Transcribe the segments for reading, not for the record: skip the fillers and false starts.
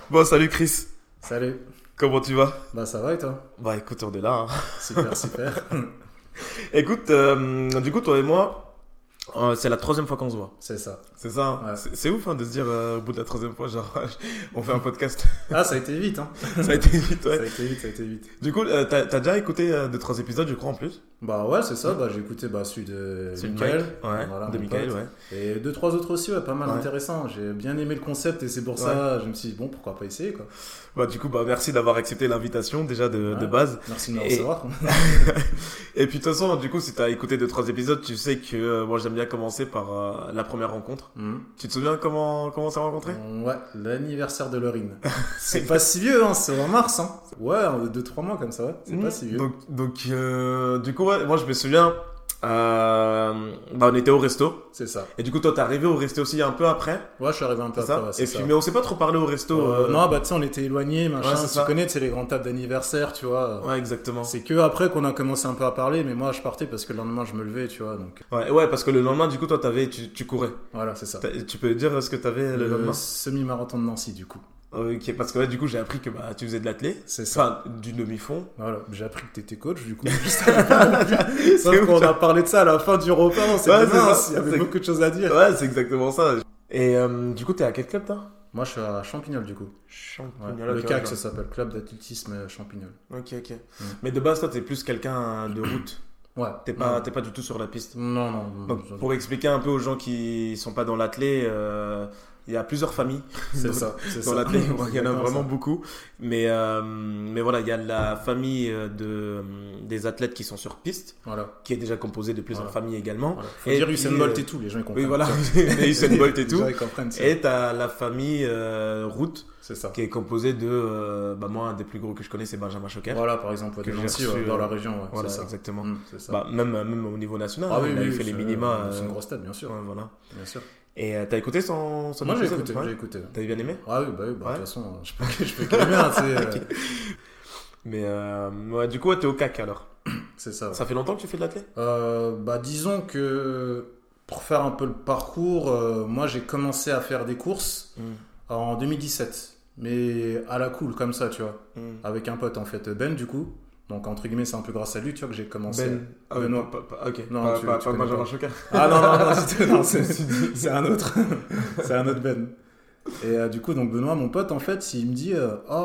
Bon, salut Chris. Salut. Comment tu vas? Bah ça va et toi? Bah écoute, on est là, hein. Super, super. Écoute, du coup, toi et moi, c'est la troisième fois qu'on se voit. C'est ça. C'est ça, hein. Ouais. C'est ouf hein, de se dire au bout de la troisième fois, genre, on fait un podcast. Ah, ça a été vite, hein. Ça a été vite, Ça a ouais. été vite, ça a été vite. Du coup, t'as déjà écouté 2-3 épisodes, je crois, en plus. Bah ouais, c'est ça. Bah j'ai écouté celui de C'est le Michael. Mike, ouais, Voilà, de mon Michael, pote. ouais. Et 2-3 autres aussi, ouais, pas mal Ouais. intéressant. J'ai bien aimé le concept et c'est pour ça, je me suis dit, bon, pourquoi pas essayer, quoi. Bah du coup, bah merci d'avoir accepté l'invitation déjà de Ouais. base. Merci de me Et- recevoir. Et puis de toute façon, du coup, si t'as écouté 2-3 épisodes, tu sais que moi j'aime bien commencer par la première rencontre. Mhm. Tu te souviens comment on s'est rencontrés? Ouais, l'anniversaire de Laurine. C'est pas si vieux, hein, c'est en mars, hein. Ouais, 2-3 mois comme ça, ouais. C'est pas si vieux. Donc, du coup, ouais, moi je me souviens, bah, on était au resto. C'est ça. Et du coup, toi, t'es arrivé au resto aussi un peu après, Ouais, je suis arrivé un peu c'est après, ça? ouais, c'est Et ça. puis, mais on s'est pas trop parlé au resto. Non, bah tu sais, on était éloignés, machin. Ouais, c'est Tu ça. connais, c'est les grandes tables d'anniversaire, tu vois. Ouais, exactement. C'est que après qu'on a commencé un peu à parler, mais moi je partais parce que le lendemain je me levais, tu vois. Donc Ouais, parce que le lendemain, du coup, toi, tu courais. voilà, c'est ça. Tu peux dire ce que t'avais le lendemain? Semi-marathon de Nancy, du coup. Ok, parce que ouais, du coup, j'ai appris que bah, tu faisais de l'athlé. C'est ça. Enfin, du demi-fond. Voilà, j'ai appris que t'étais coach, du coup. Juste à la fin. Sauf ouf, qu'on ça. a parlé de ça à la fin du repas, on s'est Ouais, dit c'est mince, ça. il y avait C'est- beaucoup de choses à dire. Ouais, c'est exactement ça. Et du coup, t'es à quel club, toi? Moi je suis à Champignol, du coup. Ouais. Champignol. Le ok, CAC, ok. ça s'appelle Club d'athlétisme Champignol. Ok. Mais de base, toi, t'es plus quelqu'un de route. Ouais. T'es pas du tout sur la piste. Non, non. Donc, pour expliquer un peu aux gens qui sont pas dans l'athlé, il y a plusieurs familles C'est dans- ça, c'est dans ça. l'athlé. Il y en a Exactement vraiment ça. beaucoup. Mais voilà, il y a la famille des athlètes qui sont sur piste, Voilà. qui est déjà composée de plusieurs Voilà. familles également. Voilà. Faut Et dire puis, Usain Bolt et tout, les gens ils comprennent. Oui, voilà, Usain Bolt et Les tout. gens ils comprennent ça. Et t'as la famille route, C'est ça. qui est composée de, bah moi, un des plus gros que je connais, c'est Benjamin Choquer. Voilà, par exemple, Que de j'ai Nancy, reçu, dans la région, ouais, Voilà, c'est ça. exactement. C'est ça. Bah, même au niveau national, Ah hein, oui, il avait oui, fait les minima. c'est une grosse tête, bien sûr. Ouais, voilà. Bien sûr. Et t'as écouté son Moi, j'ai épisode, écouté, ouais? j'ai écouté. T'avais bien aimé? Ah oui, bah, de Ouais. toute façon, je peux qu'aimer bien, tu sais. Mais ouais, du coup, ouais, t'es au CAC alors. C'est ça. Ça fait longtemps que tu fais de l'athlé? Bah, disons que pour faire un peu le parcours, moi, j'ai commencé à faire des courses en 2017. Mais à la cool, comme ça, tu vois. Avec un pote, en fait, Ben, du coup. Donc, entre guillemets, c'est un peu grâce à lui, tu vois, que j'ai commencé. Ben. Ah, ouais, Benoît. ok. Non, pas tu pas connais Benjamin pas. Choquer. Ah non, non, non, c'est un autre. C'est un autre Ben. Et du coup, donc Benoît, mon pote, en fait, il me dit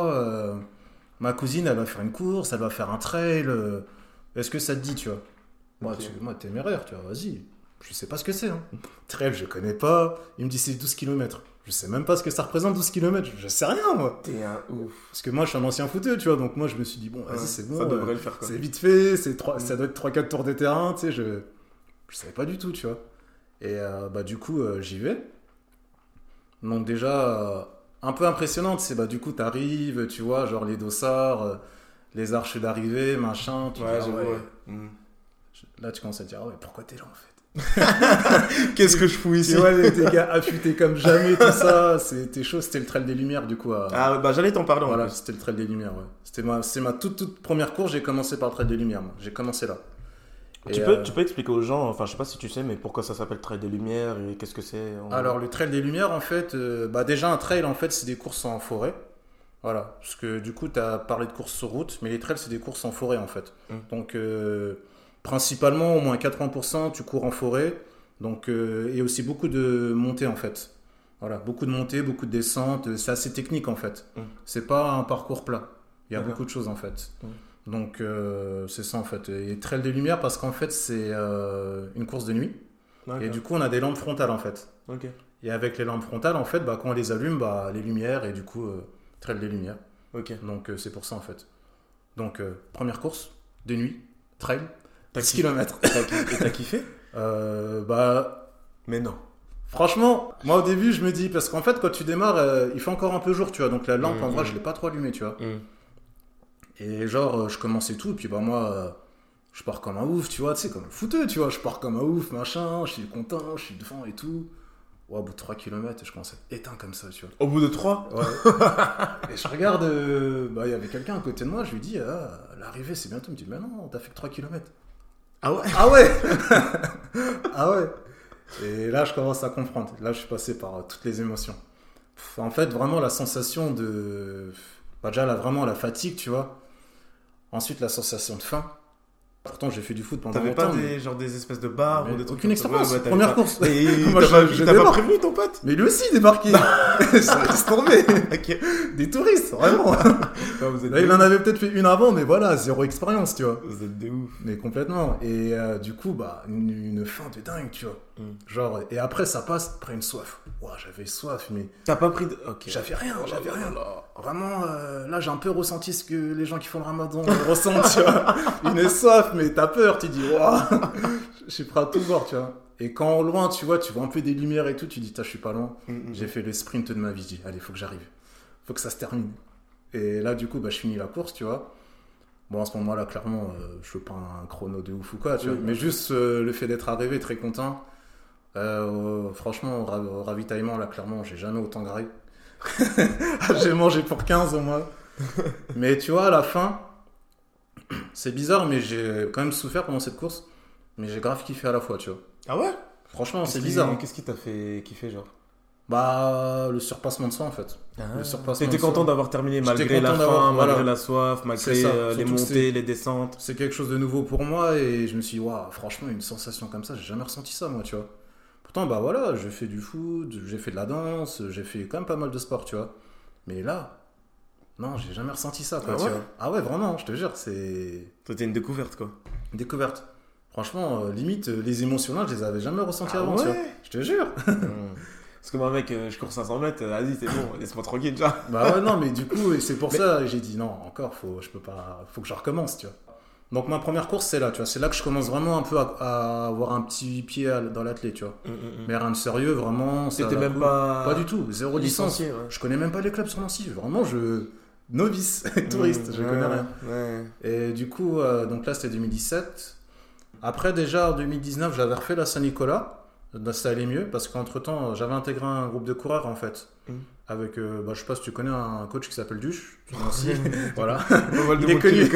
ma cousine, elle va faire une course, elle va faire un trail. Est-ce que ça te dit, tu vois? Moi, Ok. moi téméraire, tu vois, vas-y. Je sais pas ce que c'est. Hein. Trail, je connais pas. Il me dit c'est 12 km. Je sais même pas ce que ça représente 12 km. Je sais rien, moi. T'es un ouf. Parce que moi, je suis un ancien footeux, tu vois. Donc moi, je me suis dit, bon, vas-y, Ouais, c'est bon. Ça devrait le faire, quoi. C'est vite fait, ça doit être 3-4 tours de terrain, tu sais, je savais pas du tout, tu vois. Et bah du coup, j'y vais. Donc déjà, un peu impressionnante, c'est bah du coup, t'arrives, tu vois, genre les dossards, les arches d'arrivée, machin, tu Ouais, dis, ah j'avoue, ouais. ouais. Là, tu commences à te dire, ah ouais, pourquoi t'es là, en fait? Qu'est-ce que je fous ici? Tu vois, des gars affûtés comme jamais, tout ça, c'était chaud, c'était le Trail des Lumières, du coup. Ah, bah j'allais t'en parler en Voilà, plus. c'était le Trail des Lumières, ouais. C'est ma toute première course, j'ai commencé par le Trail des Lumières, moi. J'ai commencé là. Tu Et, peux expliquer aux gens, enfin je sais pas si tu sais, mais pourquoi ça s'appelle Trail des Lumières et qu'est-ce que c'est Alors, le Trail des Lumières, en fait, bah déjà, un trail, en fait, c'est des courses en forêt. Voilà, parce que du coup, tu as parlé de courses sur route, mais les trails, c'est des courses en forêt, en fait. Donc, principalement, au moins 80%, tu cours en forêt. Donc, et aussi beaucoup de montées, en fait. Voilà, beaucoup de montées, beaucoup de descentes. C'est assez technique, en fait. C'est pas un parcours plat. Il y a D'accord. beaucoup de choses, en fait. Donc, c'est ça, en fait. Et Trail des Lumières, parce qu'en fait, c'est une course de nuit. D'accord. Et du coup, on a des lampes frontales, en fait. Ok. Et avec les lampes frontales, en fait, bah, quand on les allume, bah, les lumières, et du coup, Trail des Lumières. Ok. Donc, c'est pour ça, en fait. Donc, première course, de nuit, trail, T'as 10 kiffé km. Et t'as kiffé? Bah, Mais non. franchement, moi, au début, je me dis, parce qu'en fait, quand tu démarres, il fait encore un peu jour, tu vois. Donc, la lampe, en vrai, je l'ai pas trop allumée, tu vois. Et genre, je commence et tout, et puis, bah, moi, je pars comme un ouf, tu vois, tu sais, comme un footeux, tu vois. Je pars comme un ouf, machin, je suis content, je suis devant et tout. Ouais, au bout de 3 km, je commence à être éteint comme ça, tu vois. Au bout de 3? Ouais. Et je regarde, bah, il y avait quelqu'un à côté de moi, je lui dis, ah, l'arrivée c'est bientôt. Il me dit, mais non, t'as fait que 3 km. Ah ouais? Ah ouais. Ah ouais. Et là, je commence à comprendre. Là, je suis passé par toutes les émotions. En fait, vraiment la sensation de... Bah, déjà, là, vraiment la fatigue, tu vois. Ensuite, la sensation de faim. Pourtant, j'ai fait du foot pendant T'avais longtemps. pas genre des espèces de bars ou des trucs aucune comme ça? expérience, t'avais première pas. course. Et Moi, je t'as pas débarque. prévenu ton pote? Mais lui aussi, il débarquait. Laisse tomber. Ok. Des touristes, vraiment. Ouais, vous êtes Là, il en avait peut-être fait une avant, mais voilà, zéro expérience, tu vois. Vous êtes des ouf. Mais complètement. Et du coup, bah, une faim de dingue, tu vois. Genre, et après, ça passe, après une soif. Ouah, j'avais soif, mais T'as pas pris de... Ok. j'avais rien. Là. Vraiment, là, j'ai un peu ressenti ce que les gens qui font le ramadan ressentent, tu vois. Une soif, mais t'as peur, tu dis, waouh, je suis prêt à tout voir, tu vois. Et quand au loin, tu vois un peu des lumières et tout, tu dis, je suis pas loin. J'ai fait le sprint de ma vie, je dis, allez, faut que j'arrive. Faut que ça se termine. Et là, du coup, bah, je finis la course, tu vois. Bon, à ce moment-là, clairement, je fais pas un chrono de ouf ou quoi, tu vois. Mais juste le fait d'être arrivé, très content. Franchement, au ravitaillement, là, clairement, j'ai jamais autant graillé. J'ai mangé pour 15 au moins. Mais tu vois, à la fin, c'est bizarre, mais j'ai quand même souffert pendant cette course. Mais j'ai grave kiffé à la fois, tu vois. Ah ouais? Franchement, c'est bizarre. Qu'est-ce qui t'a fait kiffer, genre? Bah, le surpassement de soi, en fait. Le surpassement T'étais de soi. content d'avoir terminé malgré J'étais la content faim, d'avoir- malgré voilà. la soif, malgré C'est ça. les Surtout que montées, les descentes. C'est quelque chose de nouveau pour moi et je me suis dit, waouh, franchement, une sensation comme ça, j'ai jamais ressenti ça, moi, tu vois. Pourtant, bah voilà, j'ai fait du foot, j'ai fait de la danse, j'ai fait quand même pas mal de sport, tu vois. Mais là, non, j'ai jamais ressenti ça, quoi, Ah tu ouais vois. Ah ouais, vraiment, je te jure, c'est C'était une découverte, quoi. une découverte. Franchement, limite, les émotions là, je les avais jamais ressenties Ah avant, tu vois. ouais? Je te jure. Parce que moi, mec, je cours 500 mètres, vas-y, c'est bon, laisse-moi tranquille, déjà. Bah ouais, non, mais du coup, et c'est pour ça, j'ai dit, non, encore, faut que je recommence, tu vois. Donc ma première course, c'est là, tu vois. C'est là que je commence vraiment un peu à avoir un petit pied dans l'athlète, tu vois. Mais rien de sérieux, vraiment. ça T'étais va même cool. pas... Pas du tout, zéro licence. licencié, ouais. Je connais même pas les clubs sur Nancy. Vraiment, novice, touriste, je connais rien. Ouais. Et du coup, donc là, c'était 2017. Après, déjà, en 2019, j'avais refait la Saint-Nicolas. Ça allait mieux parce qu'entre-temps, j'avais intégré un groupe de coureurs, en fait. Avec, bah, je sais pas si tu connais un coach qui s'appelle Duche, sur Nancy. Voilà. Il est connu.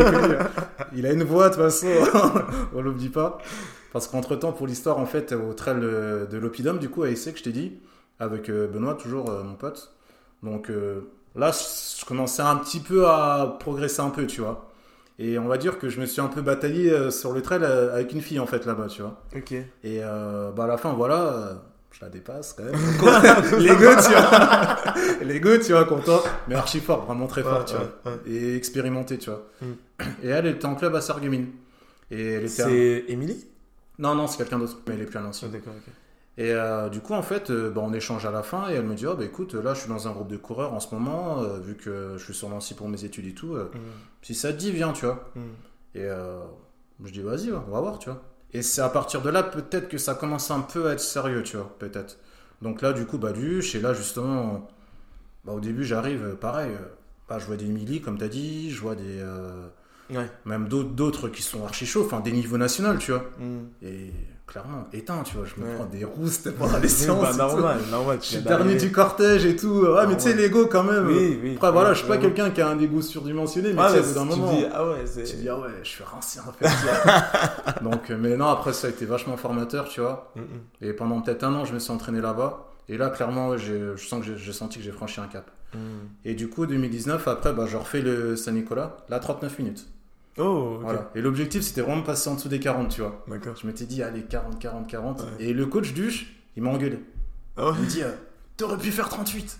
Il a une voix, de toute façon, on l'oublie pas. Parce qu'entre-temps, pour l'histoire, en fait, au trail de l'Oppidum, du coup, à Essec, je t'ai dit, avec Benoît, toujours mon pote. Donc là, je commençais un petit peu à progresser un peu, tu vois. Et on va dire que je me suis un peu bataillé sur le trail avec une fille, en fait, là-bas, tu vois. Ok. Et bah, à la fin, voilà, je la dépasse quand même. L'ego, tu vois, content. Mais archi fort, vraiment très fort, tu vois. Et expérimenté, tu vois. Et elle était en club à Sarreguemines. Et elle était C'est Émilie? Non, c'est quelqu'un d'autre, mais elle est plus à Nancy. D'accord, ok. Et du coup, en fait, bah, on échange à la fin et elle me dit, oh, bah, écoute, là, je suis dans un groupe de coureurs en ce moment, vu que je suis sur Nancy pour mes études et tout. Si ça te dit, viens, tu vois. Et je dis, vas-y, on va voir, tu vois. Et c'est à partir de là, peut-être que ça commence un peu à être sérieux, tu vois, peut-être. Donc là, du coup, bah, et là, justement, bah, au début, j'arrive, pareil, bah, je vois des Émilie, comme tu as dit, je vois des... même d'autres qui sont archi chauds, enfin, des niveaux nationaux, tu vois. Et clairement, éteint, tu vois, je me prends des roustes pendant les séances. Bah, normal. Je suis le dernier du cortège et tout. Ouais, mais tu sais, l'ego quand même. Oui. Après, voilà, je suis pas quelqu'un qui a un ego surdimensionné, mais tu sais, au bout d'un moment. Tu dis, ah ouais, je suis rincé en fait. Donc, mais non, après, ça a été vachement formateur, tu vois. Et pendant peut-être un an, je me suis entraîné là-bas. Et là, clairement, je sens que j'ai senti que j'ai franchi un cap. Et du coup, 2019, après, bah, je refais le Saint-Nicolas, là, 39 minutes. Oh, ok. Voilà. Et l'objectif, c'était vraiment de passer en dessous des 40, tu vois. D'accord. Je m'étais dit, allez, 40. Ouais. Et le coach Duche, il m'a engueulé. Oh. Il me dit, t'aurais pu faire 38.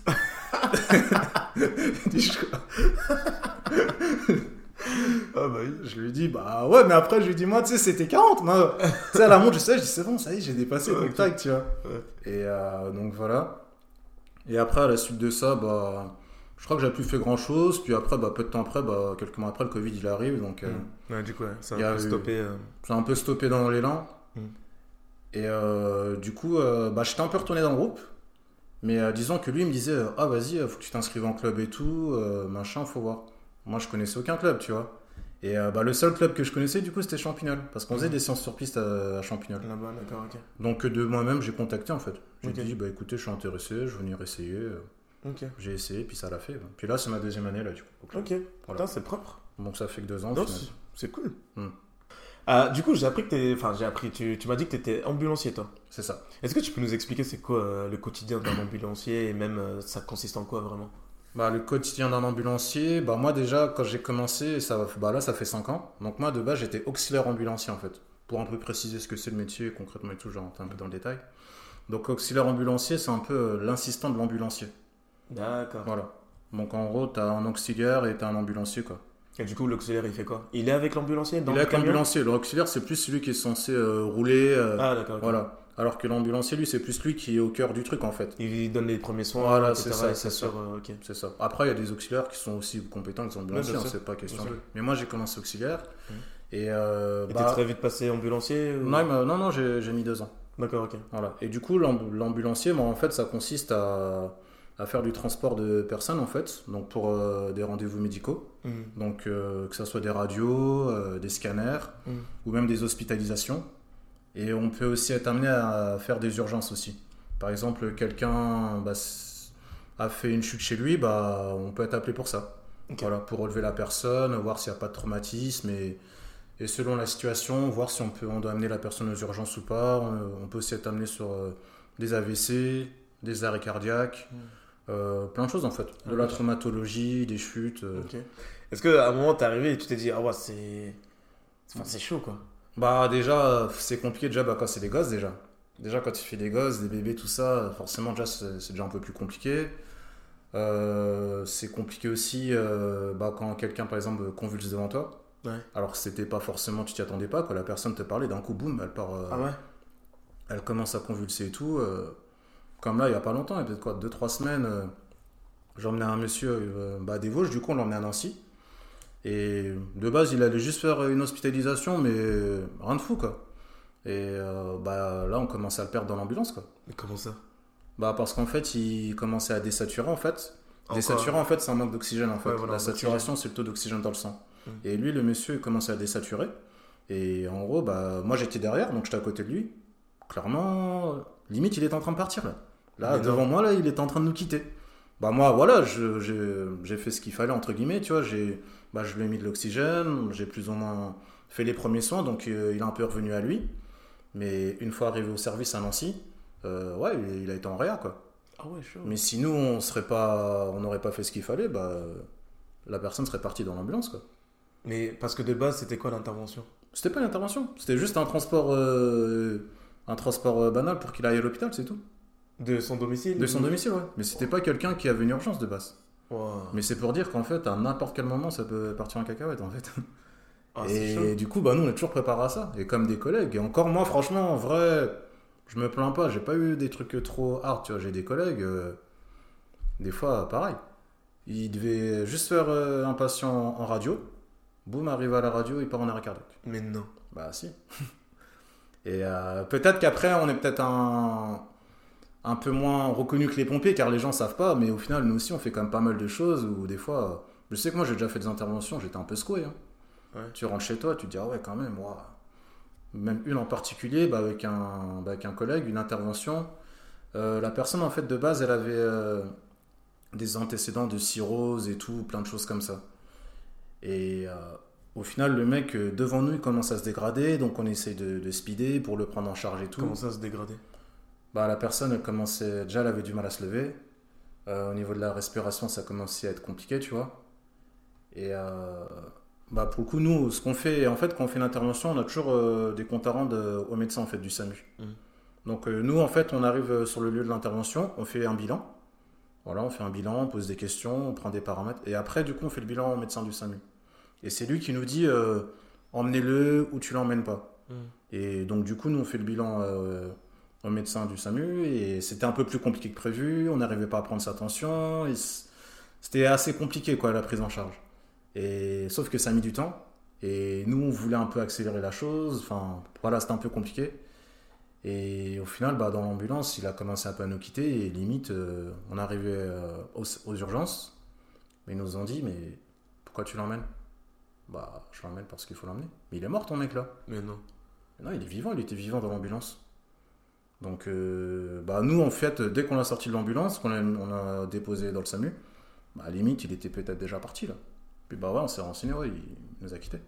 Ah bah oui. Je lui dis, bah ouais, mais après, je lui dis, moi, tu sais, c'était 40. Moi, tu sais, à la montre, je dis, c'est bon, ça y est, j'ai dépassé, donc tac, tu vois. Et donc voilà. Et après, à la suite de ça, bah, je crois que j'ai plus fait grand chose. Puis après, bah, peu de temps après, bah, quelques mois après, le Covid il arrive. Donc, ouais, du coup, ça il y a a un peu eu- stoppé. c'est un peu stoppé dans l'élan. Et du coup, bah, j'étais un peu retourné dans le groupe. Mais disons que lui, il me disait, ah vas-y, faut que tu t'inscrives en club et tout, machin, faut voir. Moi, je connaissais aucun club, tu vois. Et bah, le seul club que je connaissais, du coup, c'était Champignol. Parce qu'on faisait des séances sur piste à Champignol. Là-bas, d'accord, ok. Donc, de moi-même, j'ai contacté, en fait. J'ai Ok. dit, bah écoutez, je suis intéressé, je vais venir essayer. Ok. J'ai essayé, puis ça l'a fait. Puis là, c'est ma deuxième année, là, du coup. au club. Ok. Voilà. Putain, c'est propre. Donc, ça fait que 2 ans. Non, finalement. c'est cool. Ah, du coup, j'ai appris que tu m'as dit que t'étais ambulancier, toi. C'est ça. Est-ce que tu peux nous expliquer c'est quoi le quotidien d'un ambulancier et même ça consiste en quoi vraiment? Bah, le quotidien d'un ambulancier, bah, moi déjà, quand j'ai commencé, là, ça fait 5 ans. Donc moi, de base, j'étais auxiliaire ambulancier en fait. Pour un peu préciser ce que c'est le métier concrètement et tout, genre un peu dans le détail. Donc auxiliaire ambulancier, c'est un peu l'assistant de l'ambulancier. D'accord. Voilà. Donc en gros, t'as un auxiliaire et t'as un ambulancier quoi. Et du coup, l'auxiliaire, il fait quoi? Il est avec l'ambulancier dans Il est le avec camion? l'ambulancier. L'auxiliaire, c'est plus celui qui est censé rouler. Ah, d'accord, ok. Voilà. Alors que l'ambulancier, lui, c'est plus lui qui est au cœur du truc en fait. Il donne les premiers soins, Voilà, etc. c'est ça, et c'est ça. s'assure, ok. C'est ça. Après, il y a des auxiliaires qui sont aussi compétents que les ambulanciers, bien hein, sûr. c'est pas question Bien d'eux. sûr. Mais moi, j'ai commencé auxiliaire. Mhm. Et Et t'es très vite passé ambulancier ou... non, j'ai mis 2 ans. D'accord, ok. Voilà. Et du coup, l'ambulancier, moi, en fait, ça consiste à faire du transport de personnes, en fait, donc pour des rendez-vous médicaux. Mhm. Donc, que ce soit des radios, des scanners, Mhm. ou même des hospitalisations. Et on peut aussi être amené à faire des urgences aussi. Par exemple, quelqu'un a fait une chute chez lui, on peut être appelé pour ça. Ok. Voilà, pour relever la personne, voir s'il n'y a pas de traumatisme et selon la situation, voir si on doit amener la personne aux urgences ou pas. On peut aussi être amené sur des AVC, des arrêts cardiaques, plein de choses en fait. De la traumatologie, des chutes. Ok. Est-ce qu'à un moment, t'es arrivé et tu t'es dit, ah ouais, c'est chaud quoi. Bah déjà, c'est compliqué déjà quand c'est des gosses déjà. Déjà quand tu fais des gosses, des bébés, tout ça, forcément déjà c'est déjà un peu plus compliqué. C'est compliqué aussi quand quelqu'un par exemple convulse devant toi. Ouais. Alors que c'était pas forcément, tu t'y attendais pas, quand la personne te parlait, d'un coup boum, elle part, Ah ouais? elle commence à convulser et tout. Comme là, il y a pas longtemps, il y a peut-être quoi, 2-3 semaines, j'ai emmené un monsieur des Vosges, du coup on l'a emmené à Nancy. Et de base, il allait juste faire une hospitalisation, mais rien de fou quoi. Et là, on commençait à le perdre dans l'ambulance quoi. Mais comment ça? Parce qu'en fait, il commençait à désaturer en fait. Encore? Désaturer en fait, c'est un manque d'oxygène en fait. Ouais, voilà, La saturation, c'est le taux d'oxygène dans le sang. Mm. Et lui, le monsieur, il commençait à désaturer. Et en gros, moi j'étais derrière, donc j'étais à côté de lui. Clairement, limite, il était en train de partir là. Là, Mais devant non. moi, là, il était en train de nous quitter. Moi, voilà, j'ai fait ce qu'il fallait, entre guillemets, tu vois. Je lui ai mis de l'oxygène, j'ai plus ou moins fait les premiers soins, donc il est un peu revenu à lui. Mais une fois arrivé au service à Nancy, il a été en réa, quoi. Ah ouais, chaud. Mais si nous, on n'aurait pas fait ce qu'il fallait, la personne serait partie dans l'ambulance, quoi. Mais parce que de base, c'était quoi l'intervention? C'était pas une intervention, c'était juste un transport banal pour qu'il aille à l'hôpital, c'est tout. De son domicile? De son domicile, ouais. Mais c'était pas quelqu'un qui avait une urgence de base. Wow. Mais c'est pour dire qu'en fait, à n'importe quel moment, ça peut partir en cacahuète, en fait. Ah, c'est chaud. Et du coup, nous, on est toujours préparé à ça. Et comme des collègues. Et encore, moi, franchement, en vrai, je me plains pas. J'ai pas eu des trucs trop hard, tu vois. J'ai des collègues, des fois, pareil. Ils devaient juste faire un patient en radio. Boum, arrive à la radio, il part en arrêt cardiaque. Mais non. Bah, si. Et peut-être qu'après, on est peut-être un peu moins reconnu que les pompiers, car les gens savent pas. Mais au final, nous aussi, on fait quand même pas mal de choses. Ou des fois, je sais que moi, j'ai déjà fait des interventions, j'étais un peu secoué, hein. Ouais. Tu rentres chez toi, tu te dis, ah ouais, quand même, moi. Même une en particulier, avec un collègue, une intervention. La personne, en fait, de base, elle avait des antécédents de cirrhose et tout, plein de choses comme ça. Et au final, le mec, devant nous, il commence à se dégrader, donc on essaye de speeder pour le prendre en charge et tout. Comment ça se dégrader? La personne, elle commençait, déjà, elle avait du mal à se lever. Au niveau de la respiration, ça commençait à être compliqué, tu vois. Et pour le coup, nous, ce qu'on fait, en fait, quand on fait une intervention, on a toujours des comptes à rendre au médecin en fait, du SAMU. Mmh. Donc, nous, en fait, on arrive sur le lieu de l'intervention, on fait un bilan. Voilà, on fait un bilan, on pose des questions, on prend des paramètres. Et après, du coup, on fait le bilan au médecin du SAMU. Et c'est lui qui nous dit emmenez-le ou tu l'emmènes pas. Mmh. Et donc, du coup, nous, on fait le bilan au médecin du SAMU. Et c'était un peu plus compliqué que prévu. On n'arrivait pas à prendre sa tension. C'était assez compliqué, quoi, la prise en charge. Et sauf que ça a mis du temps et nous on voulait un peu accélérer la chose, enfin voilà, c'était un peu compliqué et au final dans l'ambulance il a commencé un peu à nous quitter et limite on arrivait aux urgences, mais ils nous ont dit mais pourquoi tu l'emmènes? Je l'emmène parce qu'il faut l'emmener, mais il est mort ton mec là. Mais non. Non, il est vivant, il était vivant dans l'ambulance. Donc nous en fait dès qu'on l'a sorti de l'ambulance, qu'on a déposé dans le SAMU, limite il était peut-être déjà parti là. Puis on s'est renseigné, ouais, il nous a quittés.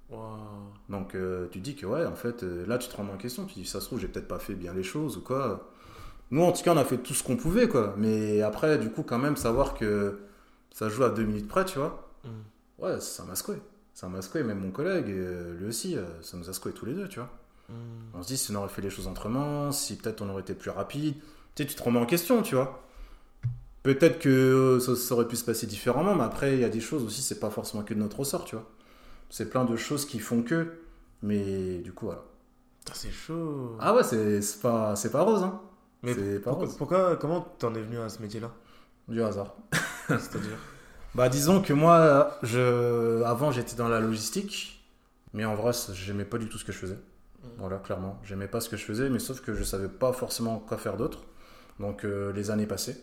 Waouh. Donc tu te dis que ouais, en fait, là tu te remets en question, tu te dis ça se trouve, j'ai peut-être pas fait bien les choses ou quoi. Nous en tout cas, on a fait tout ce qu'on pouvait quoi. Mais après, du coup, quand même, savoir que ça joue à 2 minutes près, tu vois, ouais, ça m'a secoué. Ça m'a secoué, même mon collègue, lui aussi, ça nous a secoué tous les deux, tu vois. On se dit si on aurait fait les choses autrement, si peut-être on aurait été plus rapide. Tu sais, tu te remets en question, tu vois. Peut-être que ça aurait pu se passer différemment, mais après, il y a des choses aussi, c'est pas forcément que de notre ressort, tu vois. C'est plein de choses qui font que. Mais du coup, voilà. Putain, c'est chaud. Ah ouais, c'est pas rose, hein. Mais C'est pas rose. comment t'en es venu à ce métier-là? Du hasard. C'est-à-dire? Bah, disons que moi, avant, j'étais dans la logistique, mais en vrai, j'aimais pas du tout ce que je faisais. Voilà, clairement. J'aimais pas ce que je faisais, mais sauf que je savais pas forcément quoi faire d'autre. Donc, les années passées.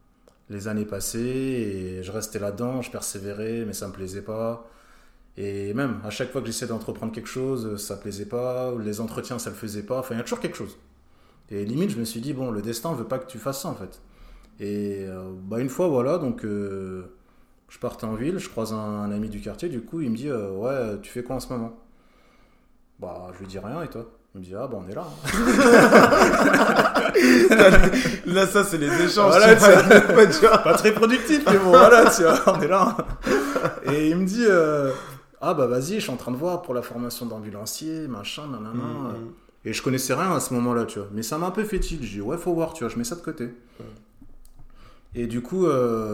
Et je restais là-dedans, je persévérais, mais ça me plaisait pas. Et même, à chaque fois que j'essayais d'entreprendre quelque chose, ça plaisait pas, ou les entretiens, ça le faisait pas. Enfin, il y a toujours quelque chose. Et limite, je me suis dit, bon, le destin veut pas que tu fasses ça, en fait. Et bah, une fois, voilà, donc je partais en ville, je croise un ami du quartier, du coup, il me dit, ouais, tu fais quoi en ce moment? Bah, je lui dis rien, et toi? Il me dit, ah, bah, on est là, hein. Là, ça, c'est les échanges. Voilà, Tu vois. pas très productif, mais bon, voilà, tu vois, on est là, hein. Et il me dit, ah, bah, vas-y, je suis en train de voir pour la formation d'ambulancier, machin, nanana. Et je connaissais rien à ce moment-là, tu vois. Mais ça m'a un peu fait tilt. J'ai dit, ouais, faut voir, tu vois, je mets ça de côté. Et du coup,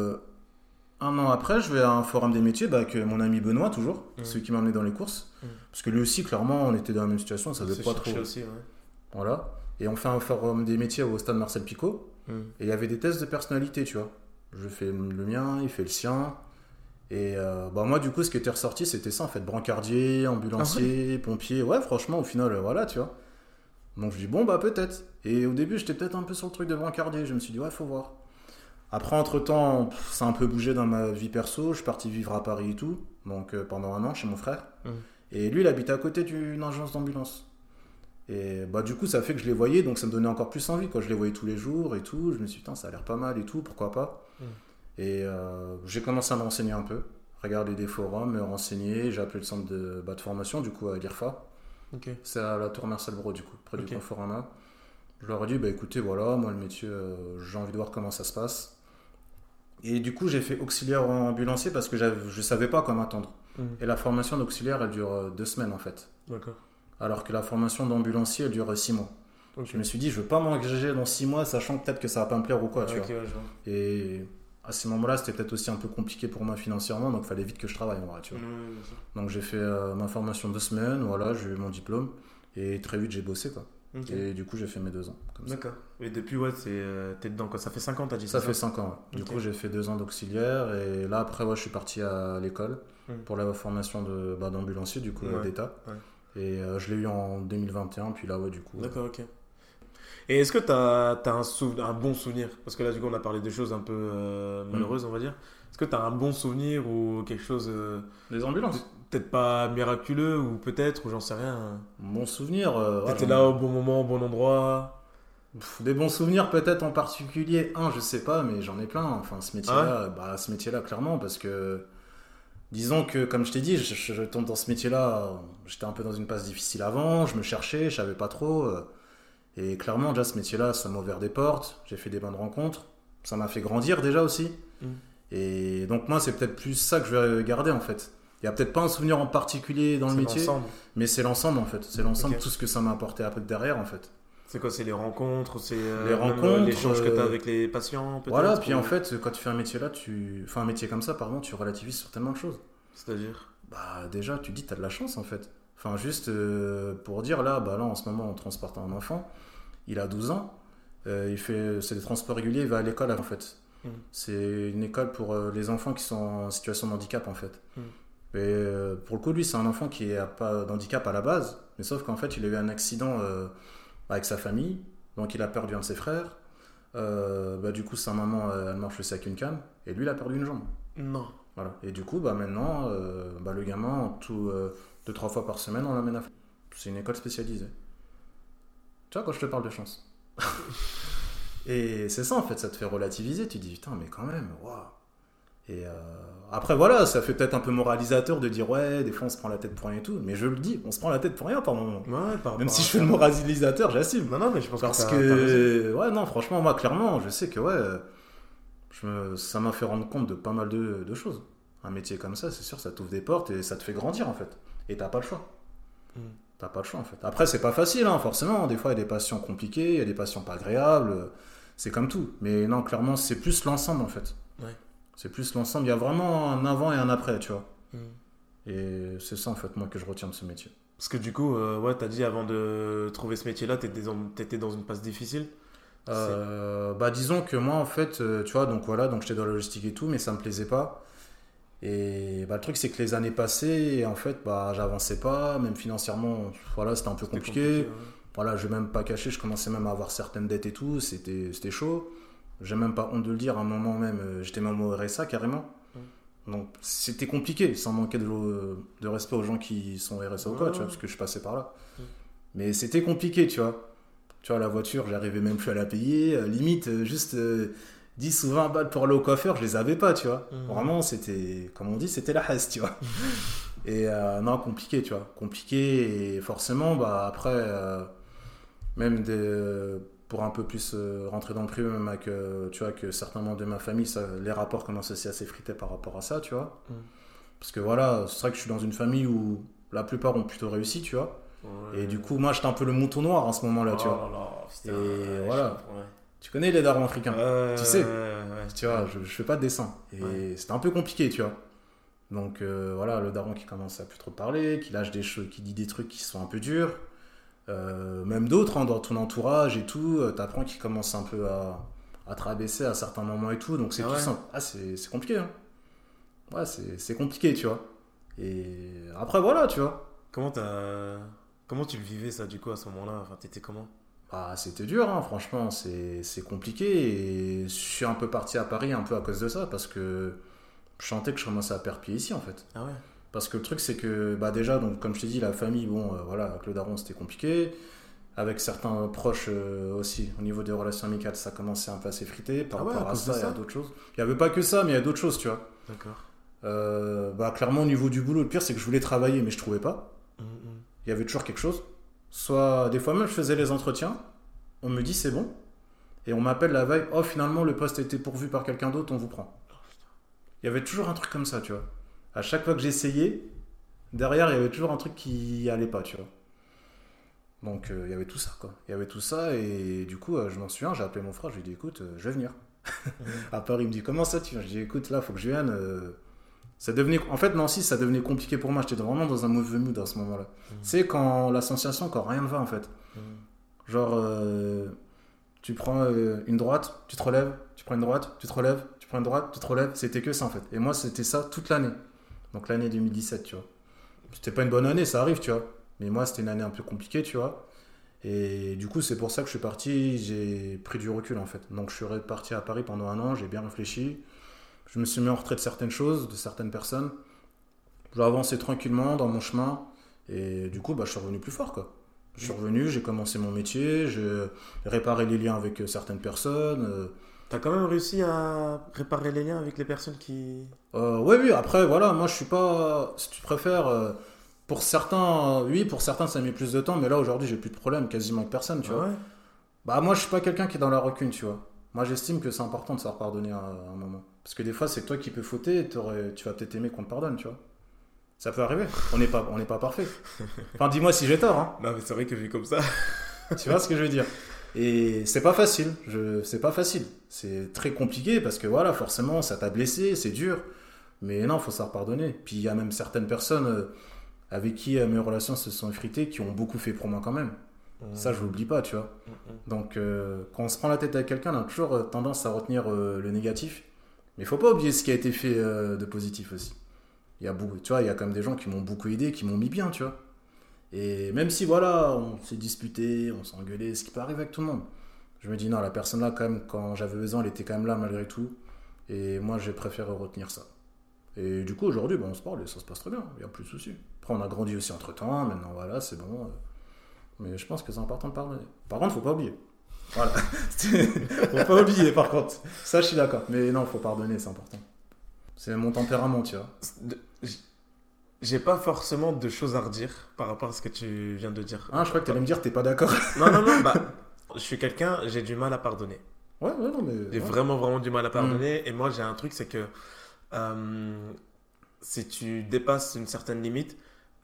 un an après, je vais à un forum des métiers bah, avec mon ami Benoît, toujours, celui qui m'a amené dans les courses. Parce que lui aussi, clairement, on était dans la même situation, ça faisait pas trop. Aussi, ouais. Voilà. Et on fait un forum des métiers au stade Marcel Picot. Et il y avait des tests de personnalité, tu vois. Je fais le mien, il fait le sien. Et bah moi, du coup, ce qui était ressorti, c'était ça, en fait. Brancardier, ambulancier, pompier. Ouais, franchement, au final, voilà, tu vois. Donc je dis, bon, bah peut-être. Et au début, j'étais peut-être un peu sur le truc de brancardier. Je me suis dit, ouais, faut voir. Après, entre-temps, ça a un peu bougé dans ma vie perso. Je suis parti vivre à Paris et tout. Donc pendant un an, chez mon frère. Et lui, il habitait à côté d'une agence d'ambulance. Et bah du coup, ça fait que je les voyais. Donc ça me donnait encore plus envie, quoi. Je les voyais tous les jours et tout. Je me suis dit, putain, ça a l'air pas mal et tout. Pourquoi pas. Et j'ai commencé à me renseigner un peu. Regarder des forums, me renseigner. J'ai appelé le centre de formation, du coup, à l'IRFA. Okay. C'est à la tour Mercel-Bro, du coup, près du Conforama. Je leur ai dit, bah écoutez, voilà, moi le métier, j'ai envie de voir comment ça se passe. Et du coup, j'ai fait auxiliaire ambulancier parce que je savais pas quoi m'attendre. Et la formation d'auxiliaire, elle dure 2 semaines en fait. D'accord. Alors que la formation d'ambulancier, elle dure 6 mois. Je me suis dit, je veux pas m'engager dans 6 mois, sachant peut-être que ça va pas me plaire ou quoi, tu vois. Ouais, je vois. Et à ce moment-là, c'était peut-être aussi un peu compliqué pour moi financièrement, donc il fallait vite que je travaille en vrai, tu vois. Donc j'ai fait ma formation 2 semaines, voilà, j'ai eu mon diplôme, et très vite j'ai bossé, quoi. Et du coup, j'ai fait mes 2 ans. D'accord. Et depuis, ouais, t'es dedans, quoi. Ça fait 5 ans, t'as dit ça? Ça fait 5 ans, ouais. Du coup, j'ai fait 2 ans d'auxiliaire, et là, après, ouais, je suis parti à l'école pour la formation d'ambulancier, du coup, d'État. Ouais. Et je l'ai eu en 2021, puis là, ouais, du coup. D'accord, ok. Et est-ce que t'as un bon souvenir? Parce que là, du coup, on a parlé des choses un peu malheureuses, on va dire. Est-ce que t'as un bon souvenir ou quelque chose... Les ambulances? Peut-être pas miraculeux, ou peut-être, ou j'en sais rien. Bon souvenir... T'étais là au bon moment, au bon endroit. Des bons souvenirs peut-être en particulier, je sais pas, mais j'en ai plein. Enfin, ce métier-là, ce métier-là, clairement, parce que... Disons que, comme je t'ai dit, je tombe dans ce métier-là, j'étais un peu dans une passe difficile avant, je me cherchais, je savais pas trop... Et clairement, déjà, ce métier-là, ça m'a ouvert des portes. J'ai fait des bonnes rencontres. Ça m'a fait grandir déjà aussi. Et donc, moi, c'est peut-être plus ça que je vais garder, en fait. Il n'y a peut-être pas un souvenir en particulier dans le métier. Mais c'est l'ensemble, en fait. C'est l'ensemble, tout ce que ça m'a apporté après derrière, en fait. C'est quoi? C'est les rencontres? C'est les rencontres, l'échange que tu as avec les patients, peut-être? Voilà, puis en fait, quand tu fais un métier-là, un métier comme ça, pardon, tu relativises sur tellement de choses. C'est-à-dire? Bah, déjà, tu te dis, tu as de la chance, en fait. Enfin, juste pour dire, là, en ce moment, on transporte un enfant. Il a 12 ans. C'est des transports réguliers. Il va à l'école, en fait. C'est une école pour les enfants qui sont en situation de handicap, en fait. Et pour le coup, lui, c'est un enfant qui n'a pas d'handicap à la base. Mais sauf qu'en fait, il a eu un accident avec sa famille. Donc, il a perdu un de ses frères. Du coup, sa maman, elle marche aussi avec une canne. Et lui, il a perdu une jambe. Non. Voilà. Et du coup, maintenant, le gamin, 2-3 fois par semaine, on l'amène à... C'est une école spécialisée. Tu vois, quand je te parle de chance. Et c'est ça, en fait, ça te fait relativiser. Tu te dis, putain, mais quand même, waouh. Et après, voilà, ça fait peut-être un peu moralisateur de dire ouais, des fois on se prend la tête pour rien et tout. Mais je le dis, on se prend la tête pour rien par moment. Ouais, par Même rapport si à je fais ça. le moralisateur, j'assume. Non, mais je pense Parce que t'as raison. que, ouais, non, franchement, moi, clairement, je sais que ouais, ça m'a fait rendre compte de pas mal de choses. Un métier comme ça, c'est sûr, ça t'ouvre des portes et ça te fait grandir en fait. Et t'as pas le choix. Mm. T'as pas le choix en fait. Après, c'est pas facile, hein, forcément. Des fois, il y a des patients compliqués, il y a des patients pas agréables. C'est comme tout. Mais non, clairement, c'est plus l'ensemble en fait. Ouais. C'est plus l'ensemble. Il y a vraiment un avant et un après, tu vois. Mm. Et c'est ça en fait, moi, que je retiens de ce métier. Parce que du coup, ouais, t'as dit avant de trouver ce métier-là, t'étais dans une passe difficile. Bah disons que moi en fait tu vois donc voilà donc j'étais dans la logistique et tout mais ça me plaisait pas et bah le truc c'est que les années passaient et en fait bah j'avançais pas même financièrement voilà c'était un peu C'était compliqué ouais. voilà je vais même pas cacher je commençais même à avoir certaines dettes et tout c'était chaud j'ai même pas honte de le dire à un moment même j'étais même au RSA carrément donc c'était compliqué sans manquer de respect aux gens qui sont RSA ou quoi tu vois parce que je passais par là mais c'était compliqué tu vois, la voiture, j'arrivais même plus à la payer. Limite, juste 10 ou 20 balles pour aller au coiffeur, je les avais pas, tu vois. Vraiment, c'était, comme on dit, c'était la hasse, tu vois. Et non, compliqué, tu vois. Compliqué, et forcément, bah, après, même pour un peu plus rentrer dans le privé, même avec, tu vois, que certains membres de ma famille, les rapports commencent aussi à s'effriter par rapport à ça, tu vois. Parce que voilà, c'est vrai que je suis dans une famille où la plupart ont plutôt réussi, tu vois. Ouais. Et du coup, moi, j'étais un peu le mouton noir en ce moment-là, tu vois. Putain, Et voilà. Ouais. Tu connais les darons africains, tu sais. Ouais. Tu vois, je fais pas de dessin. Et c'était un peu compliqué, tu vois. Donc voilà, le daron qui commence à plus trop parler, qui lâche des choses, qui dit des trucs qui sont un peu durs. Même d'autres, hein, dans ton entourage et tout, t'apprends qu'ils commencent un peu à te rabaisser à certains moments et tout. Donc c'est tout simple. Ah, c'est compliqué, hein. Ouais, c'est compliqué, tu vois. Et après, voilà, tu vois. Comment tu le vivais ça du coup à ce moment-là? Enfin, t'étais comment? Bah, c'était dur, hein, franchement, c'est compliqué. Et je suis un peu parti à Paris un peu à cause de ça, parce que je sentais que je commençais à perdre pied ici, en fait. Ah ouais? Parce que le truc, c'est que, bah déjà, donc, comme je t'ai dit, la famille, bon, voilà, avec le daron, c'était compliqué. Avec certains proches aussi, au niveau des relations amicales, ça commençait un peu à s'effriter par rapport à ça et à d'autres choses. Il n'y avait pas que ça, mais il y a d'autres choses, tu vois. D'accord. Bah, clairement, au niveau du boulot, le pire, c'est que je voulais travailler, mais je trouvais pas. Il y avait toujours quelque chose. Soit, des fois même, je faisais les entretiens, on me dit c'est bon, et on m'appelle la veille, oh finalement le poste a été pourvu par quelqu'un d'autre, on vous prend. Il y avait toujours un truc comme ça, tu vois. À chaque fois que j'essayais, derrière, il y avait toujours un truc qui allait pas, tu vois. Donc il y avait tout ça, quoi. Il y avait tout ça, et du coup, je m'en souviens, j'ai appelé mon frère, je lui ai dit, écoute, je vais venir. À Paris, il me dit, comment ça tu viens? Je lui ai dit, écoute, là, faut que je vienne. Ça devenait... En fait, Nancy, ça devenait compliqué pour moi. J'étais vraiment dans un mauvais mood à ce moment-là. Tu sais, quand l'association, quand rien ne va, en fait. Genre, tu prends une droite, tu te relèves, tu prends une droite, tu te relèves, tu prends une droite, tu te relèves. C'était que ça, en fait. Et moi, c'était ça toute l'année. Donc, l'année 2017, tu vois. C'était pas une bonne année, ça arrive, tu vois. Mais moi, c'était une année un peu compliquée, tu vois. Et du coup, c'est pour ça que je suis parti. J'ai pris du recul, en fait. Donc, je suis reparti à Paris pendant 1 an. J'ai bien réfléchi. Je me suis mis en retrait de certaines choses, de certaines personnes. J'ai avancé tranquillement dans mon chemin. Et du coup, bah, je suis revenu plus fort, quoi. Je suis revenu, j'ai commencé mon métier, j'ai réparé les liens avec certaines personnes. T'as quand même réussi à réparer les liens avec les personnes qui... Oui, après, voilà, moi je suis pas... Si tu préfères, pour certains, oui, pour certains ça met plus de temps, mais là aujourd'hui j'ai plus de problème quasiment avec personne, tu vois. Ouais. Bah moi je suis pas quelqu'un qui est dans la rancune, tu vois. Moi j'estime que c'est important de se faire pardonner à un moment. Parce que des fois c'est toi qui peux fauter et tu vas peut-être aimer qu'on te pardonne, tu vois. Ça peut arriver, on n'est pas parfait. Enfin dis-moi si j'ai tort, hein. Non mais c'est vrai que vu comme ça... Tu vois ce que je veux dire? Et c'est pas facile, c'est pas facile. C'est très compliqué parce que voilà, forcément, ça t'a blessé, c'est dur. Mais non, faut savoir pardonner. Puis il y a même certaines personnes avec qui mes relations se sont effritées qui ont beaucoup fait pour moi quand même. Ça, je l'oublie pas, tu vois. Donc, quand on se prend la tête avec quelqu'un, on a toujours tendance à retenir le négatif. Mais il faut pas oublier ce qui a été fait de positif aussi. Il y a beaucoup, tu vois, il y a quand même des gens qui m'ont beaucoup aidé, qui m'ont mis bien, tu vois. Et même si, voilà, on s'est disputé, on s'est engueulé, ce qui peut arriver avec tout le monde. Je me dis, non, la personne là, quand même, quand j'avais besoin, elle était quand même là malgré tout. Et moi, j'ai préféré retenir ça. Et du coup, aujourd'hui, on se parle et ça se passe très bien, il n'y a plus de soucis. Après, on a grandi aussi entre-temps, maintenant, voilà, c'est bon. Mais je pense que c'est important de pardonner. Par contre, faut pas oublier. Voilà. Faut pas oublier, par contre. Ça, je suis d'accord. Mais non, faut pardonner, c'est important. C'est mon tempérament, tu vois. J'ai pas forcément de choses à redire par rapport à ce que tu viens de dire. Ah, je crois que tu allais me dire t'es pas d'accord. Non, bah, je suis quelqu'un, j'ai du mal à pardonner. Ouais, non, mais. J'ai Ouais. vraiment du mal à pardonner. Et moi, j'ai un truc, c'est que si tu dépasses une certaine limite,